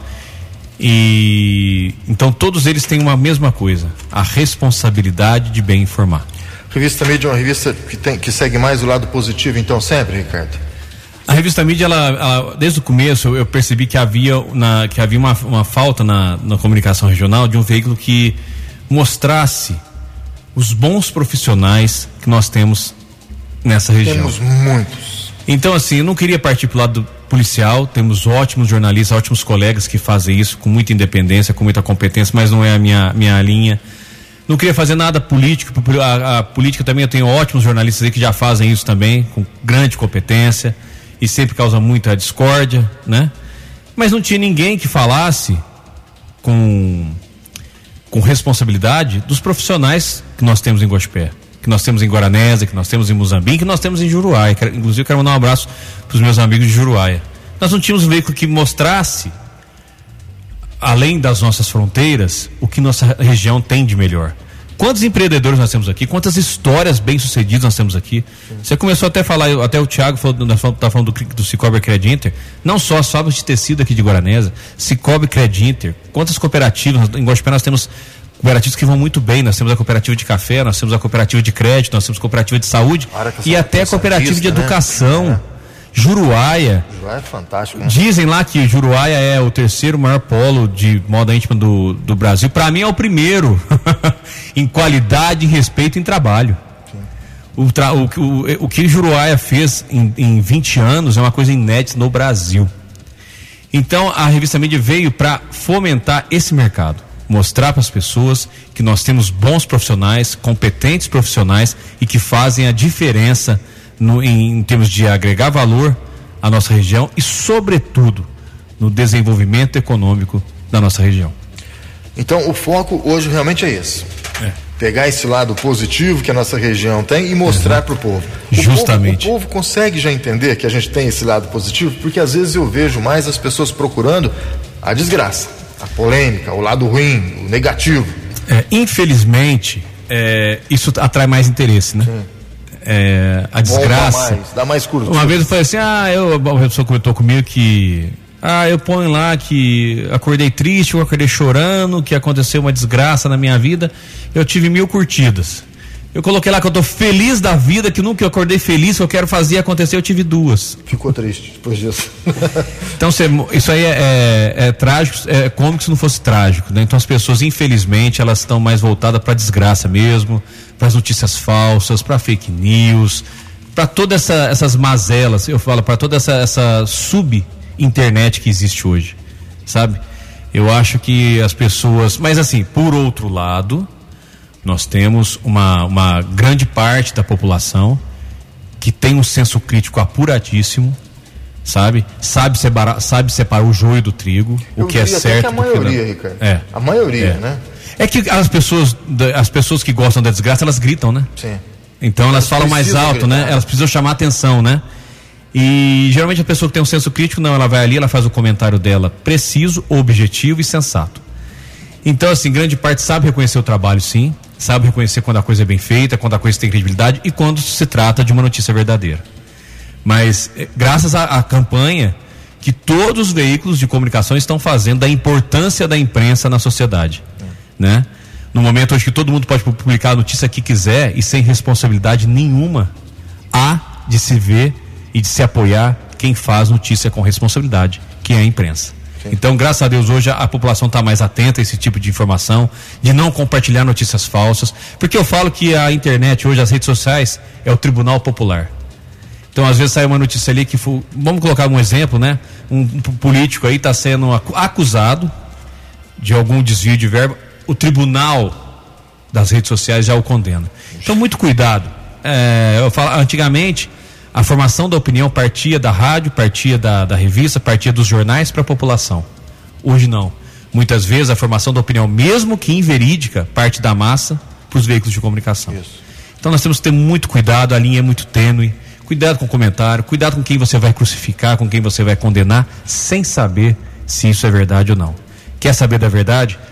Speaker 3: E então todos eles têm uma mesma coisa, a responsabilidade de bem informar.
Speaker 2: Revista Mídia é uma revista que, tem, que segue mais o lado positivo, então, sempre, Ricardo?
Speaker 3: A revista Mídia, ela, ela, desde o começo eu percebi que havia, na, que havia uma, uma falta na, na comunicação regional de um veículo que mostrasse os bons profissionais que nós temos nessa região.
Speaker 2: Temos muitos.
Speaker 3: Então, assim, eu não queria partir para o lado policial, temos ótimos jornalistas, ótimos colegas que fazem isso com muita independência, com muita competência, mas não é a minha, minha linha. Não queria fazer nada político, a, a política também, eu tenho ótimos jornalistas aí que já fazem isso também, com grande competência, e sempre causa muita discórdia, né? Mas não tinha ninguém que falasse com, com responsabilidade dos profissionais que nós temos em Gospé, que nós temos em Guaranésia, que nós temos em Moçambique, que nós temos em Juruáia. Quero, inclusive quero mandar um abraço para os meus amigos de Juruáia. Nós não tínhamos um veículo que mostrasse, além das nossas fronteiras, o que nossa região tem de melhor. Quantos empreendedores nós temos aqui, quantas histórias bem-sucedidas nós temos aqui. Sim. Você começou até a falar, até o Thiago está falando do, do Cicobi Credinter, não só as fábricas de tecido aqui de Guaranésia, Cicobi Credinter, quantas cooperativas, em Gospé nós temos cooperativas que vão muito bem, nós temos a cooperativa de café, nós temos a cooperativa de crédito, nós temos a cooperativa de saúde e até a cooperativa de educação. Né? É. Juruáia.
Speaker 2: Juruáia é fantástico, né?
Speaker 3: Dizem lá que Juruáia é o terceiro maior polo de moda íntima do, do Brasil. Para mim é o primeiro em qualidade, em respeito e em trabalho. O, tra, o, o, o que Juruáia fez em, em vinte anos é uma coisa inédita no Brasil. Então a revista Mídia veio para fomentar esse mercado, mostrar para as pessoas que nós temos bons profissionais, competentes profissionais e que fazem a diferença No, em, em termos de agregar valor à nossa região e, sobretudo, no desenvolvimento econômico da nossa região.
Speaker 2: Então, o foco hoje realmente é esse.
Speaker 3: É.
Speaker 2: Pegar esse lado positivo que a nossa região tem e mostrar para o povo.
Speaker 3: Justamente.
Speaker 2: O povo consegue já entender que a gente tem esse lado positivo, porque às vezes eu vejo mais as pessoas procurando a desgraça, a polêmica, o lado ruim, o negativo.
Speaker 3: É, infelizmente, é, isso atrai mais interesse, né? Sim. É, a desgraça.
Speaker 2: Dá mais, dá mais curto.
Speaker 3: Uma vez eu falei assim, ah, eu, a pessoa comentou comigo que, ah, eu ponho lá que acordei triste, eu acordei chorando, que aconteceu uma desgraça na minha vida, eu tive mil curtidas. Eu coloquei lá que eu tô feliz da vida, que nunca eu acordei feliz, que eu quero fazer acontecer, eu tive duas.
Speaker 2: Ficou triste depois disso.
Speaker 3: Então, cê, isso aí é, é, é trágico, é cômico se não fosse trágico, né? Então as pessoas, infelizmente, elas estão mais voltadas para desgraça mesmo, para as notícias falsas, para fake news, para todas essa, essas mazelas, eu falo, para toda essa, essa sub-internet que existe hoje, sabe? Eu acho que as pessoas, mas assim, por outro lado, nós temos uma, uma grande parte da população que tem um senso crítico apuradíssimo, sabe? Sabe separar, sabe separar o joio do trigo,
Speaker 2: eu
Speaker 3: o que é certo.
Speaker 2: Que a maioria, não... Ricardo.
Speaker 3: É.
Speaker 2: A maioria,
Speaker 3: é.
Speaker 2: né?
Speaker 3: É que as pessoas, as pessoas que gostam da desgraça, elas gritam, né?
Speaker 2: Sim.
Speaker 3: Então elas, elas falam mais alto, gritar, né? Elas precisam chamar atenção, né? E geralmente a pessoa que tem um senso crítico, não, ela vai ali, ela faz o comentário dela preciso, objetivo e sensato. Então, assim, grande parte sabe reconhecer o trabalho, sim, sabe reconhecer quando a coisa é bem feita, quando a coisa tem credibilidade e quando se trata de uma notícia verdadeira. Mas, graças à campanha que todos os veículos de comunicação estão fazendo da importância da imprensa na sociedade, né? No momento hoje que todo mundo pode publicar a notícia que quiser e sem responsabilidade nenhuma, há de se ver e de se apoiar quem faz notícia com responsabilidade, que é a imprensa. Sim. Então, graças a Deus, hoje a, a população está mais atenta a esse tipo de informação, de não compartilhar notícias falsas, porque eu falo que a internet hoje, as redes sociais, é o tribunal popular. Então, às vezes sai uma notícia ali que, for, vamos colocar um exemplo, né? Um, um político aí está sendo acusado de algum desvio de verba, o tribunal das redes sociais já o condena. Então, muito cuidado. É, eu falo, antigamente, a formação da opinião partia da rádio, partia da, da revista, partia dos jornais para a população. Hoje não. Muitas vezes a formação da opinião, mesmo que inverídica, parte da massa para os veículos de comunicação. Isso. Então nós temos que ter muito cuidado, a linha é muito tênue. Cuidado com o comentário, cuidado com quem você vai crucificar, com quem você vai condenar, sem saber se isso é verdade ou não. Quer saber da verdade?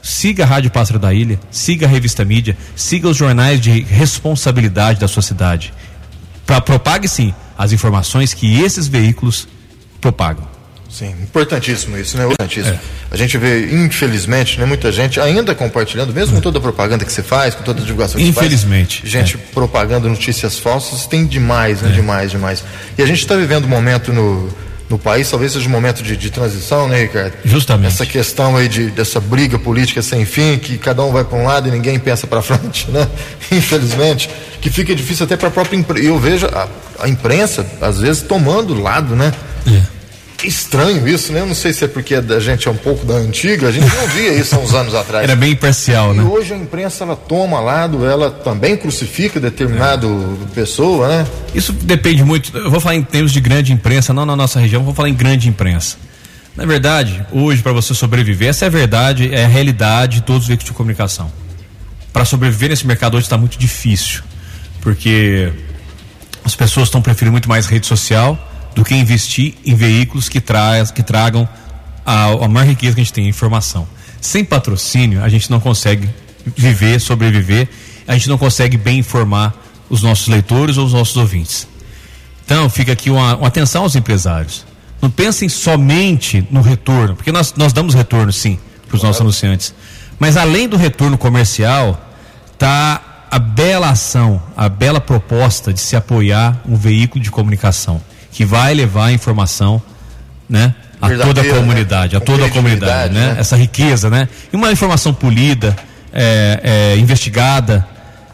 Speaker 3: siga a Rádio Pássaro da Ilha, siga a Revista Mídia, siga os jornais de responsabilidade da sua cidade. Pra, propague sim as informações que esses veículos propagam.
Speaker 2: Sim, importantíssimo isso, né? Importantíssimo. É. A gente vê, infelizmente, né, muita gente ainda compartilhando, mesmo com toda a propaganda que você faz, com toda a divulgação que
Speaker 3: infelizmente,
Speaker 2: você faz. Gente é. propagando notícias falsas, tem demais, né? É. Demais, demais. E a gente está vivendo um momento no, no país, talvez seja um momento de, de transição, né, Ricardo?
Speaker 3: Justamente.
Speaker 2: Essa questão aí de, dessa briga política sem fim, que cada um vai para um lado e ninguém pensa para frente, né? Infelizmente, que fica difícil até para a própria imprensa. Eu vejo a, a imprensa, às vezes, tomando lado, né? É. Estranho isso, né? Eu não sei se é porque a gente é um pouco da antiga, a gente não via isso há uns anos atrás.
Speaker 3: Era bem imparcial,
Speaker 2: e
Speaker 3: né?
Speaker 2: E hoje a imprensa, ela toma lado, ela também crucifica determinada é. pessoa, né?
Speaker 3: Isso depende muito, eu vou falar em termos de grande imprensa, não na nossa região, vou falar em grande imprensa. Na verdade, hoje, para você sobreviver, essa é a verdade, é a realidade de todos os veículos de comunicação. Para sobreviver nesse mercado hoje está muito difícil, porque as pessoas estão preferindo muito mais rede social do que investir em veículos que, tra que tragam a, a maior riqueza que a gente tem, a informação. Sem patrocínio, a gente não consegue viver, sobreviver, a gente não consegue bem informar os nossos leitores ou os nossos ouvintes. Então, fica aqui uma, uma atenção aos empresários. Não pensem somente no retorno, porque nós, nós damos retorno, sim, para os nossos anunciantes. Mas, além do retorno comercial, está a bela ação, a bela proposta de se apoiar um veículo de comunicação que vai levar a informação, né, a toda a comunidade, né? a toda a comunidade, né? né? Essa riqueza, né? E uma informação polida, é, é, investigada,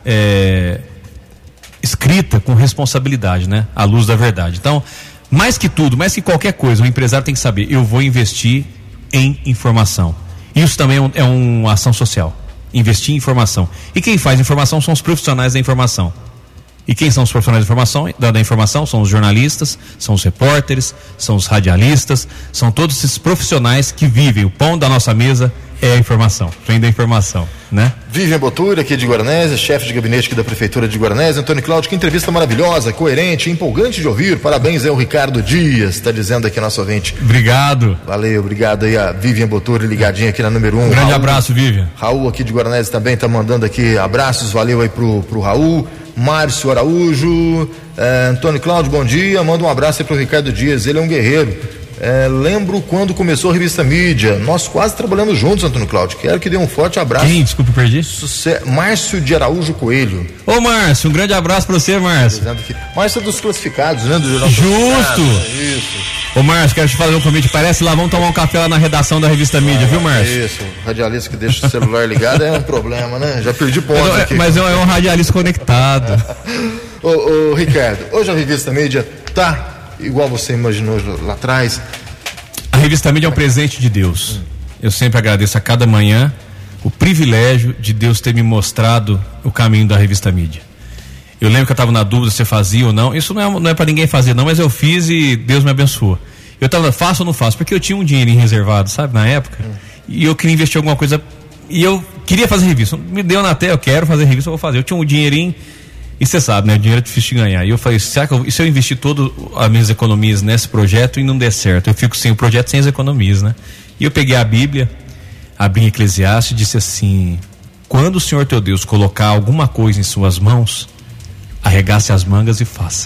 Speaker 3: é, escrita com responsabilidade, né? À luz da verdade. Então, mais que tudo, mais que qualquer coisa, o empresário tem que saber, eu vou investir em informação. Isso também é, um, é uma ação social. Investir em informação. E quem faz informação são os profissionais da informação. E quem são os profissionais da informação, da, da informação? São os jornalistas, são os repórteres, são os radialistas, são todos esses profissionais que vivem. O pão da nossa mesa é a informação, vem da informação, né?
Speaker 2: Vivian Botura, aqui de Guaranésia, chefe de gabinete aqui da Prefeitura de Guaranésia. Antônio Cláudio, que entrevista maravilhosa, coerente, empolgante de ouvir. Parabéns ao Ricardo Dias, está dizendo aqui nosso ouvinte.
Speaker 3: Obrigado.
Speaker 2: Valeu, obrigado aí a Vivian Botura, ligadinha aqui na número um.
Speaker 3: Um grande
Speaker 2: Raul,
Speaker 3: abraço, Vivian.
Speaker 2: Raul aqui de Guaranésia também está mandando aqui abraços, valeu aí pro, pro Raul. Márcio Araújo, eh, Antônio Cláudio, bom dia, manda um abraço aí pro Ricardo Dias, ele é um guerreiro. Eh, lembro quando começou a Revista Mídia, nós quase trabalhamos juntos, Antônio Cláudio, quero que dê um forte abraço.
Speaker 3: Quem? Desculpa, perdi.
Speaker 2: Suce... Márcio de Araújo Coelho.
Speaker 3: Ô Márcio, um grande abraço pra você, Márcio.
Speaker 2: Márcio é dos classificados, né? Do Jornal
Speaker 3: Justo.
Speaker 2: Isso.
Speaker 3: Ô Márcio, quero te fazer um convite, parece lá, vamos tomar um café lá na redação da Revista Mídia, ah, viu, Márcio?
Speaker 2: Isso, radialista que deixa o celular ligado é um problema, né? Já perdi ponto
Speaker 3: é,
Speaker 2: aqui.
Speaker 3: Mas é um radialista conectado.
Speaker 2: ô, ô, Ricardo, hoje a Revista Mídia tá igual você imaginou lá atrás?
Speaker 3: A Revista Mídia é um presente de Deus. Hum. Eu sempre agradeço a cada manhã o privilégio de Deus ter me mostrado o caminho da Revista Mídia. Eu lembro que eu estava na dúvida se fazia ou não. Isso não é, não é para ninguém fazer não, mas eu fiz e Deus me abençoou. Eu estava, faço ou não faço? Porque eu tinha um dinheirinho reservado, sabe, na época, hum. e eu queria investir em alguma coisa, e eu queria fazer revista. Me deu na tela, eu quero fazer revista, eu vou fazer. Eu tinha um dinheirinho, e você sabe, né, o dinheiro é difícil de ganhar. E eu falei, será que eu, e se eu investir todas as minhas economias nesse projeto e não der certo? Eu fico sem o projeto, sem as economias, né? E eu peguei a Bíblia, abri em Eclesiastes e disse assim, quando o Senhor teu Deus colocar alguma coisa em suas mãos, arregace as mangas e faça.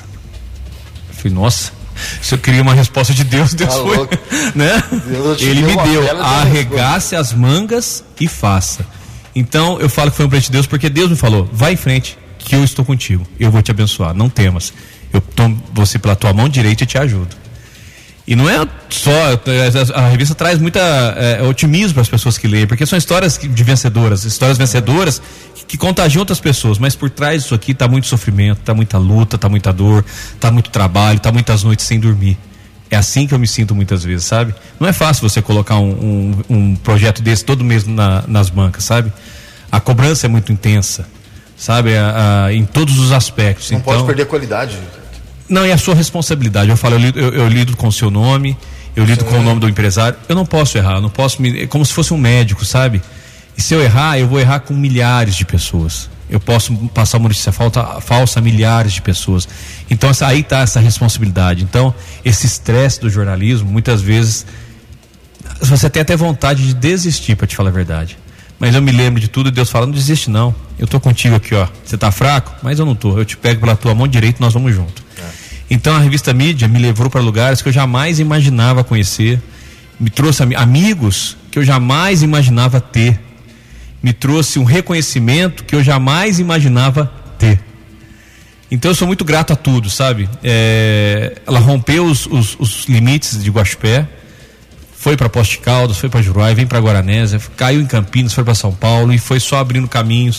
Speaker 3: Eu falei, nossa, se eu queria uma resposta de Deus, Deus tá foi, louco. Né? Deus Ele me deu, arregace as mangas e faça. Então eu falo que foi um presente de Deus, porque Deus me falou, vai em frente, que eu estou contigo, eu vou te abençoar, não temas, eu tomo você pela tua mão direita e te ajudo. E não é só, a revista traz muita é, otimismo para as pessoas que leem, porque são histórias de vencedoras, histórias vencedoras que, que contagiam outras pessoas, mas por trás disso aqui está muito sofrimento, está muita luta, está muita dor, está muito trabalho, está muitas noites sem dormir. É assim que eu me sinto muitas vezes, sabe? Não é fácil você colocar um, um, um projeto desse todo mês na, nas bancas, sabe? A cobrança é muito intensa, sabe? A, a, em todos os aspectos.
Speaker 2: Não
Speaker 3: então,
Speaker 2: pode perder a qualidade.
Speaker 3: Não, é a sua responsabilidade. Eu falo, eu lido, eu, eu lido com o seu nome, eu lido Sim. com o nome do empresário. Eu não posso errar, eu não posso me, é como se fosse um médico, sabe? E se eu errar, eu vou errar com milhares de pessoas. Eu posso passar uma notícia falta, falsa a milhares de pessoas. Então essa, aí está essa responsabilidade. Então esse estresse do jornalismo, muitas vezes você tem até vontade de desistir, para te falar a verdade. Mas eu me lembro de tudo e Deus fala, não desiste não, eu tô contigo aqui, ó, você tá fraco, mas eu não tô, eu te pego pela tua mão direita e nós vamos junto. É. Então a revista Mídia me levou para lugares que eu jamais imaginava conhecer, me trouxe am- amigos que eu jamais imaginava ter, me trouxe um reconhecimento que eu jamais imaginava ter. Então eu sou muito grato a tudo, sabe? É, ela rompeu os, os, os limites de Guaxupé, foi para Poste Caldas, foi para Juruá, vem para Guaranésia, caiu em Campinas, foi para São Paulo e foi só abrindo caminhos.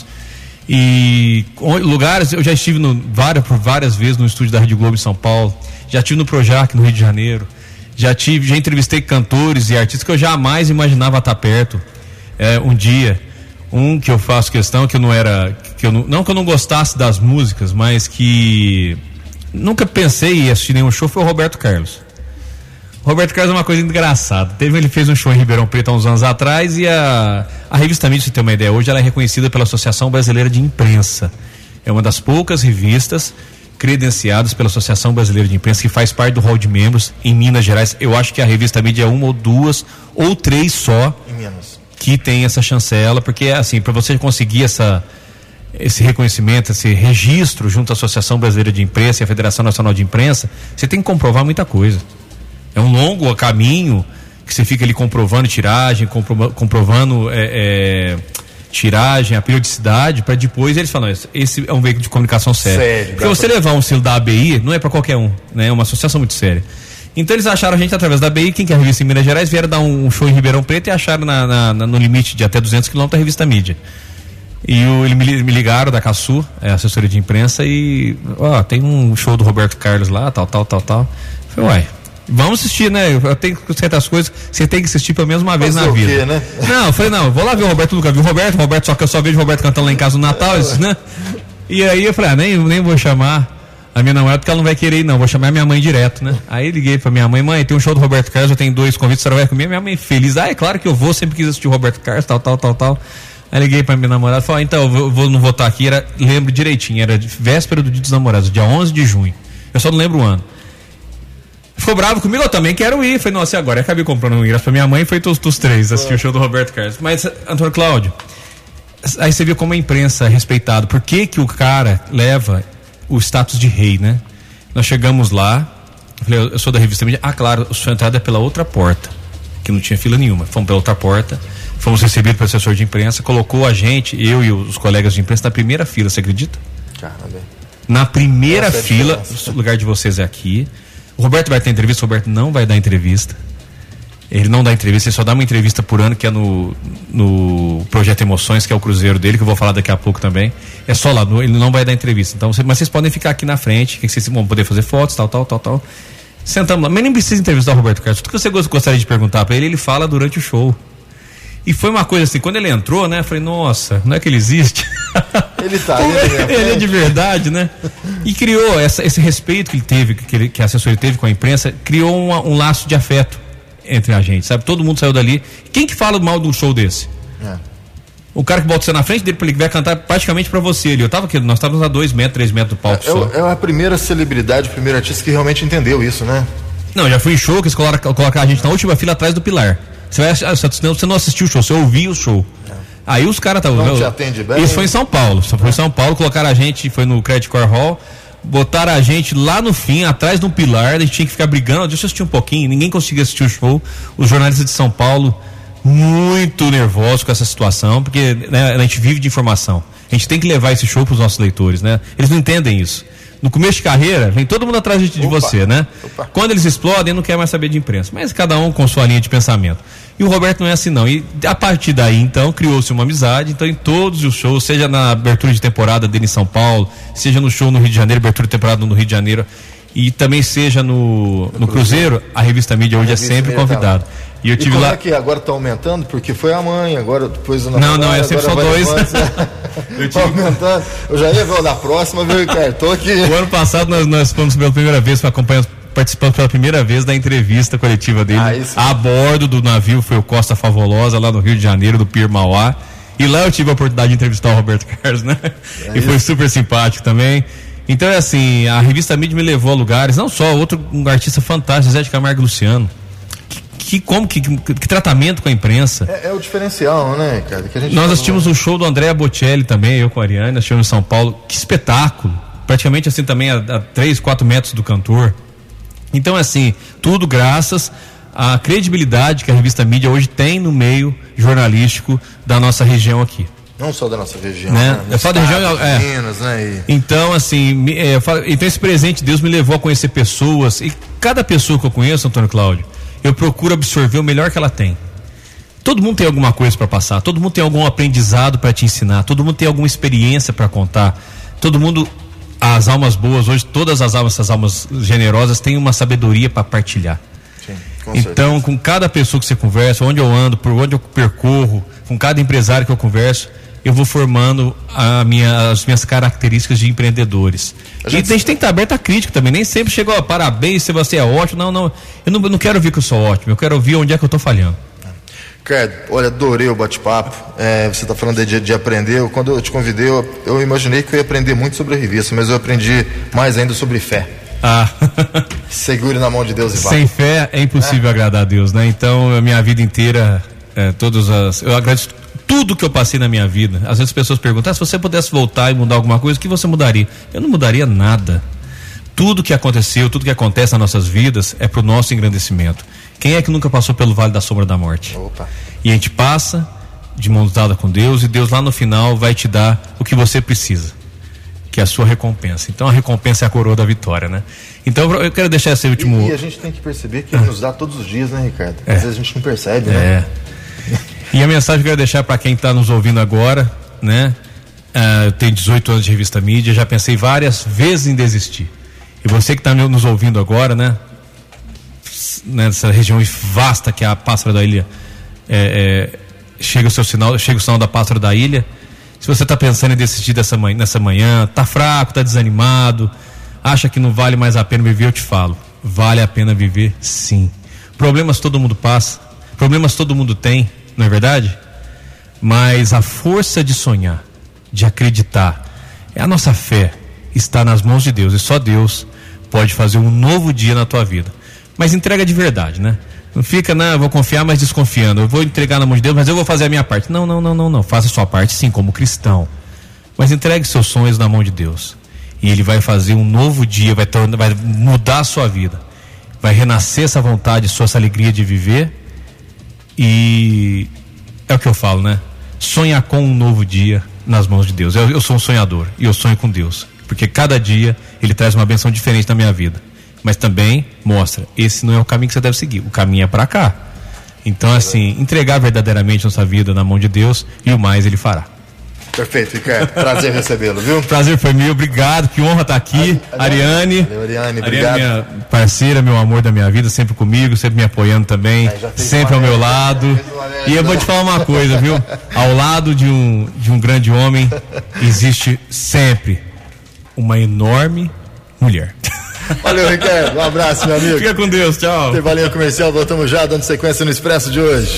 Speaker 3: E lugares, eu já estive no, várias, por várias vezes no estúdio da Rede Globo em São Paulo, já estive no Projac no Rio de Janeiro, já tive, já entrevistei cantores e artistas que eu jamais imaginava estar perto. É, um dia, um que eu faço questão, que eu não era, que eu não, não que eu não gostasse das músicas, mas que nunca pensei em assistir nenhum show, foi o Roberto Carlos. Roberto Carlos é uma coisa engraçada. Teve, ele fez um show em Ribeirão Preto há uns anos atrás e a, a revista Mídia, se você ter uma ideia, hoje ela é reconhecida pela Associação Brasileira de Imprensa. É uma das poucas revistas credenciadas pela Associação Brasileira de Imprensa que faz parte do hall de membros em Minas Gerais. Eu acho que a revista Mídia é uma ou duas ou três só que tem essa chancela, porque assim, para você conseguir essa, esse reconhecimento, esse registro junto à Associação Brasileira de Imprensa e à Federação Nacional de Imprensa, você tem que comprovar muita coisa. É um longo caminho que você fica ali comprovando tiragem, compro, comprovando é, é, tiragem, a periodicidade, para depois eles falam, esse é um veículo de comunicação sério. sério Porque você pra... levar um selo da A B I não é para qualquer um, né? É uma associação muito séria. Então eles acharam a gente através da A B I, quem quer a revista em Minas Gerais, vieram dar um show em Ribeirão Preto e acharam na, na, na, no limite de até duzentos quilômetros a revista Mídia. E o, eles me, me ligaram da Caçu, é, assessoria de imprensa, e ó, tem um show do Roberto Carlos lá, tal, tal, tal, tal. Eu falei, uai, vamos assistir, né? Eu tenho certas coisas, você tem que assistir pelo menos uma vez Fazer na vida. Quê, né? Não, eu falei, não, vou lá ver o Roberto, nunca vi o Roberto, o Roberto, só que eu só vejo o Roberto cantando lá em casa no Natal, isso, né? E aí eu falei, ah, nem, nem vou chamar a minha namorada porque ela não vai querer ir, não, vou chamar a minha mãe direto, né? Aí liguei pra minha mãe, mãe, tem um show do Roberto Carlos, eu tenho dois convites, a senhora vai comigo? Minha mãe feliz, ah, é claro que eu vou, sempre quis assistir o Roberto Carlos, tal, tal, tal, tal. Aí liguei pra minha namorada, falei, ah, então, eu vou, vou, não vou estar aqui, era, lembro direitinho, era de véspera do Dia dos Namorados, dia onze de junho, eu só não lembro o ano. Ficou bravo comigo, eu também quero ir. Falei, nossa, e agora? Eu acabei comprando um ingresso pra minha mãe e foi todos os três assistir o show do Roberto Carlos. Mas, Antônio Cláudio, aí você viu como a imprensa é respeitada. Por que que o cara leva o status de rei, né? Nós chegamos lá, eu falei, eu sou da revista Mídia. Ah, claro, a sua entrada é pela outra porta, que não tinha fila nenhuma. Fomos pela outra porta, fomos recebidos pelo assessor de imprensa, colocou a gente, eu e os colegas de imprensa, na primeira fila, você acredita? Caramba. Na primeira Nossa, fila, é o lugar de vocês é aqui. O Roberto vai ter entrevista, o Roberto não vai dar entrevista. Ele não dá entrevista, ele só dá uma entrevista por ano, que é no, no Projeto Emoções, que é o cruzeiro dele, que eu vou falar daqui a pouco também. É só lá, ele não vai dar entrevista. Então, mas vocês podem ficar aqui na frente, que vocês vão poder fazer fotos, tal, tal, tal, tal. Sentamos lá, mas nem precisa entrevistar o Roberto Carlos. Tudo que você gostaria de perguntar para ele, ele fala durante o show. E foi uma coisa assim, quando ele entrou, né, eu falei, nossa, não é que ele existe? Ele tá, ele, ele é de verdade, né? E criou essa, esse respeito que ele teve, que, ele, que a assessoria teve com a imprensa, criou uma, um laço de afeto entre a gente, sabe? Todo mundo saiu dali. Quem que fala mal de um show desse? É. O cara que bota você na frente dele, ele vai cantar praticamente pra você ali. Eu tava aqui, nós estávamos a dois metros, três metros do palco.
Speaker 2: É, só. É a primeira celebridade, o primeiro artista que realmente entendeu isso, né?
Speaker 3: Não, já fui em show que eles colocaram colocar a gente na última fila atrás do pilar. Você, vai, você não assistiu o show, você ouviu o show. É. Aí os caras estavam.
Speaker 2: Não te atende bem.
Speaker 3: Isso foi em São Paulo. Só foi em São Paulo, colocaram a gente, foi no Credit Core Hall, botaram a gente lá no fim, atrás de um pilar, a gente tinha que ficar brigando. Deixa eu assistir um pouquinho, ninguém conseguia assistir o show. Os jornalistas de São Paulo, muito nervosos com essa situação, porque né, a gente vive de informação. A gente tem que levar esse show para os nossos leitores, né? Eles não entendem isso. No começo de carreira, vem todo mundo atrás de, de você, né? Opa. Quando eles explodem, não quer mais saber de imprensa. Mas cada um com sua linha de pensamento. E o Roberto não é assim, não. E a partir daí, então, criou-se uma amizade. Então, em todos os shows, seja na abertura de temporada dele em São Paulo, seja no show no Rio de Janeiro, abertura de temporada no Rio de Janeiro, e também seja no, no, no Cruzeiro, a revista Mídia hoje é sempre convidada.
Speaker 2: E eu tive e como lá... é que agora está aumentando? Porque foi a mãe, agora depois o
Speaker 3: namorado. Não, não, é sempre só dois.
Speaker 2: eu tive... aumentando. Eu já ia ver na próxima, viu, Ricardo? Tô aqui.
Speaker 3: O ano passado nós, nós fomos pela primeira vez para acompanhar, participando pela primeira vez da entrevista coletiva dele. Ah, a bordo do navio foi o Costa Favolosa, lá no Rio de Janeiro, do Pier Mauá. E lá eu tive a oportunidade de entrevistar o Roberto Carlos, né? É e isso. Foi super simpático também. Então é assim, a revista Mídia me levou a lugares, não só, outro um artista fantástico, Zé de Camargo e Luciano. que, como, que, que, que tratamento com a imprensa.
Speaker 2: É, é o diferencial, né, cara? Que a gente
Speaker 3: Nós assistimos o um show do Andrea Bocelli também, eu com a Ariane, nós assistimos em São Paulo. Que espetáculo! Praticamente assim também a três, quatro metros do cantor. Então, assim, tudo graças à credibilidade que a revista Mídia hoje tem no meio jornalístico da nossa região aqui.
Speaker 2: Não só da nossa região,
Speaker 3: né?
Speaker 2: né?
Speaker 3: É só da região, é.
Speaker 2: Minas, né? E...
Speaker 3: Então, assim, é, falo, então esse presente Deus me levou a conhecer pessoas, e cada pessoa que eu conheço, Antônio Cláudio, eu procuro absorver o melhor que ela tem. Todo mundo tem alguma coisa para passar, todo mundo tem algum aprendizado para te ensinar, todo mundo tem alguma experiência para contar, todo mundo, as almas boas, hoje todas as almas, essas almas generosas têm uma sabedoria para partilhar.
Speaker 2: Sim, com
Speaker 3: então,
Speaker 2: certeza.
Speaker 3: Com cada pessoa que você conversa, onde eu ando, por onde eu percorro, com cada empresário que eu converso, eu vou formando a minha, as minhas características de empreendedores. A gente... E a gente tem que estar aberto à crítica também. Nem sempre chegou a parabéns, se você é ótimo. Não, não. Eu não, não quero ouvir que eu sou ótimo. Eu quero ouvir onde é que eu estou falhando.
Speaker 2: Ricardo, olha, adorei o bate-papo. É, você está falando de, de aprender. Eu, quando eu te convidei, eu, eu imaginei que eu ia aprender muito sobre a revista, mas eu aprendi mais ainda sobre fé.
Speaker 3: Ah.
Speaker 2: Segure na mão de Deus e vá.
Speaker 3: Sem fé é impossível é. agradar a Deus, né? Então, a minha vida inteira, é, todas as. Eu agradeço tudo que eu passei na minha vida. Às vezes as pessoas perguntam, ah, se você pudesse voltar e mudar alguma coisa, o que você mudaria? Eu não mudaria nada. Tudo que aconteceu, tudo que acontece nas nossas vidas é para o nosso engrandecimento. Quem é que nunca passou pelo Vale da Sombra da Morte?
Speaker 2: Opa.
Speaker 3: E a gente passa de mão dada com Deus, e Deus lá no final vai te dar o que você precisa, que é a sua recompensa. Então a recompensa é a coroa da vitória, né? Então eu quero deixar esse último...
Speaker 2: E, e a gente tem que perceber que Ele nos dá todos os dias, né, Ricardo?
Speaker 3: É.
Speaker 2: Às vezes a gente não percebe,
Speaker 3: é.
Speaker 2: né?
Speaker 3: E a mensagem que eu quero deixar para quem está nos ouvindo agora, né? Uh, eu tenho dezoito anos de revista Mídia, já pensei várias vezes em desistir. E você que está nos ouvindo agora, né? Nessa região vasta que é a Pássaro da Ilha, é, é, chega o seu sinal, chega o sinal da Pássaro da Ilha. Se você está pensando em desistir dessa manhã, nessa manhã, tá fraco, tá desanimado, acha que não vale mais a pena viver, eu te falo, vale a pena viver, sim. Problemas todo mundo passa, problemas todo mundo tem, não é verdade? Mas a força de sonhar, de acreditar, é a nossa fé, está nas mãos de Deus, e só Deus pode fazer um novo dia na tua vida. Mas entrega de verdade, né? Não fica, não, eu vou confiar, mas desconfiando. Eu vou entregar na mão de Deus, mas eu vou fazer a minha parte. Não, não, não, não, não. Faça a sua parte, sim, como cristão. Mas entregue seus sonhos na mão de Deus. E Ele vai fazer um novo dia, vai, tornar, vai mudar a sua vida. Vai renascer essa vontade, sua essa alegria de viver. E é o que eu falo, né? Sonhar com um novo dia nas mãos de Deus. Eu, eu sou um sonhador e eu sonho com Deus. Porque cada dia Ele traz uma bênção diferente na minha vida. Mas também mostra, esse não é o caminho que você deve seguir, o caminho é para cá. Então, assim, entregar verdadeiramente nossa vida na mão de Deus, e o mais Ele fará.
Speaker 2: Perfeito, Ricardo. Prazer recebê-lo, viu?
Speaker 3: Prazer foi meu, obrigado, que honra estar aqui. Ariane.
Speaker 2: Valeu, Ariane, obrigado.
Speaker 3: Ariane, minha parceira, meu amor da minha vida, sempre comigo, sempre me apoiando também, sempre ao meu lado. E eu vou te falar uma coisa, viu? Ao lado de um, de um grande homem, existe sempre uma enorme mulher.
Speaker 2: Valeu, Ricardo. Um abraço, meu amigo.
Speaker 3: Fica com Deus, tchau.
Speaker 2: Intervalinho comercial, voltamos já, dando sequência no Expresso de hoje.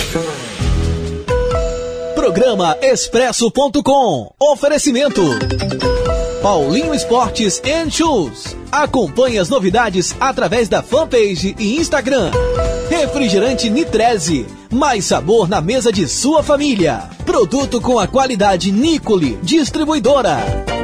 Speaker 1: Programa Expresso ponto com. Oferecimento Paulinho Esportes and Shoes. Acompanhe as novidades através da fanpage e Instagram. Refrigerante Nitreze. Mais sabor na mesa de sua família. Produto com a qualidade Nicole. Distribuidora.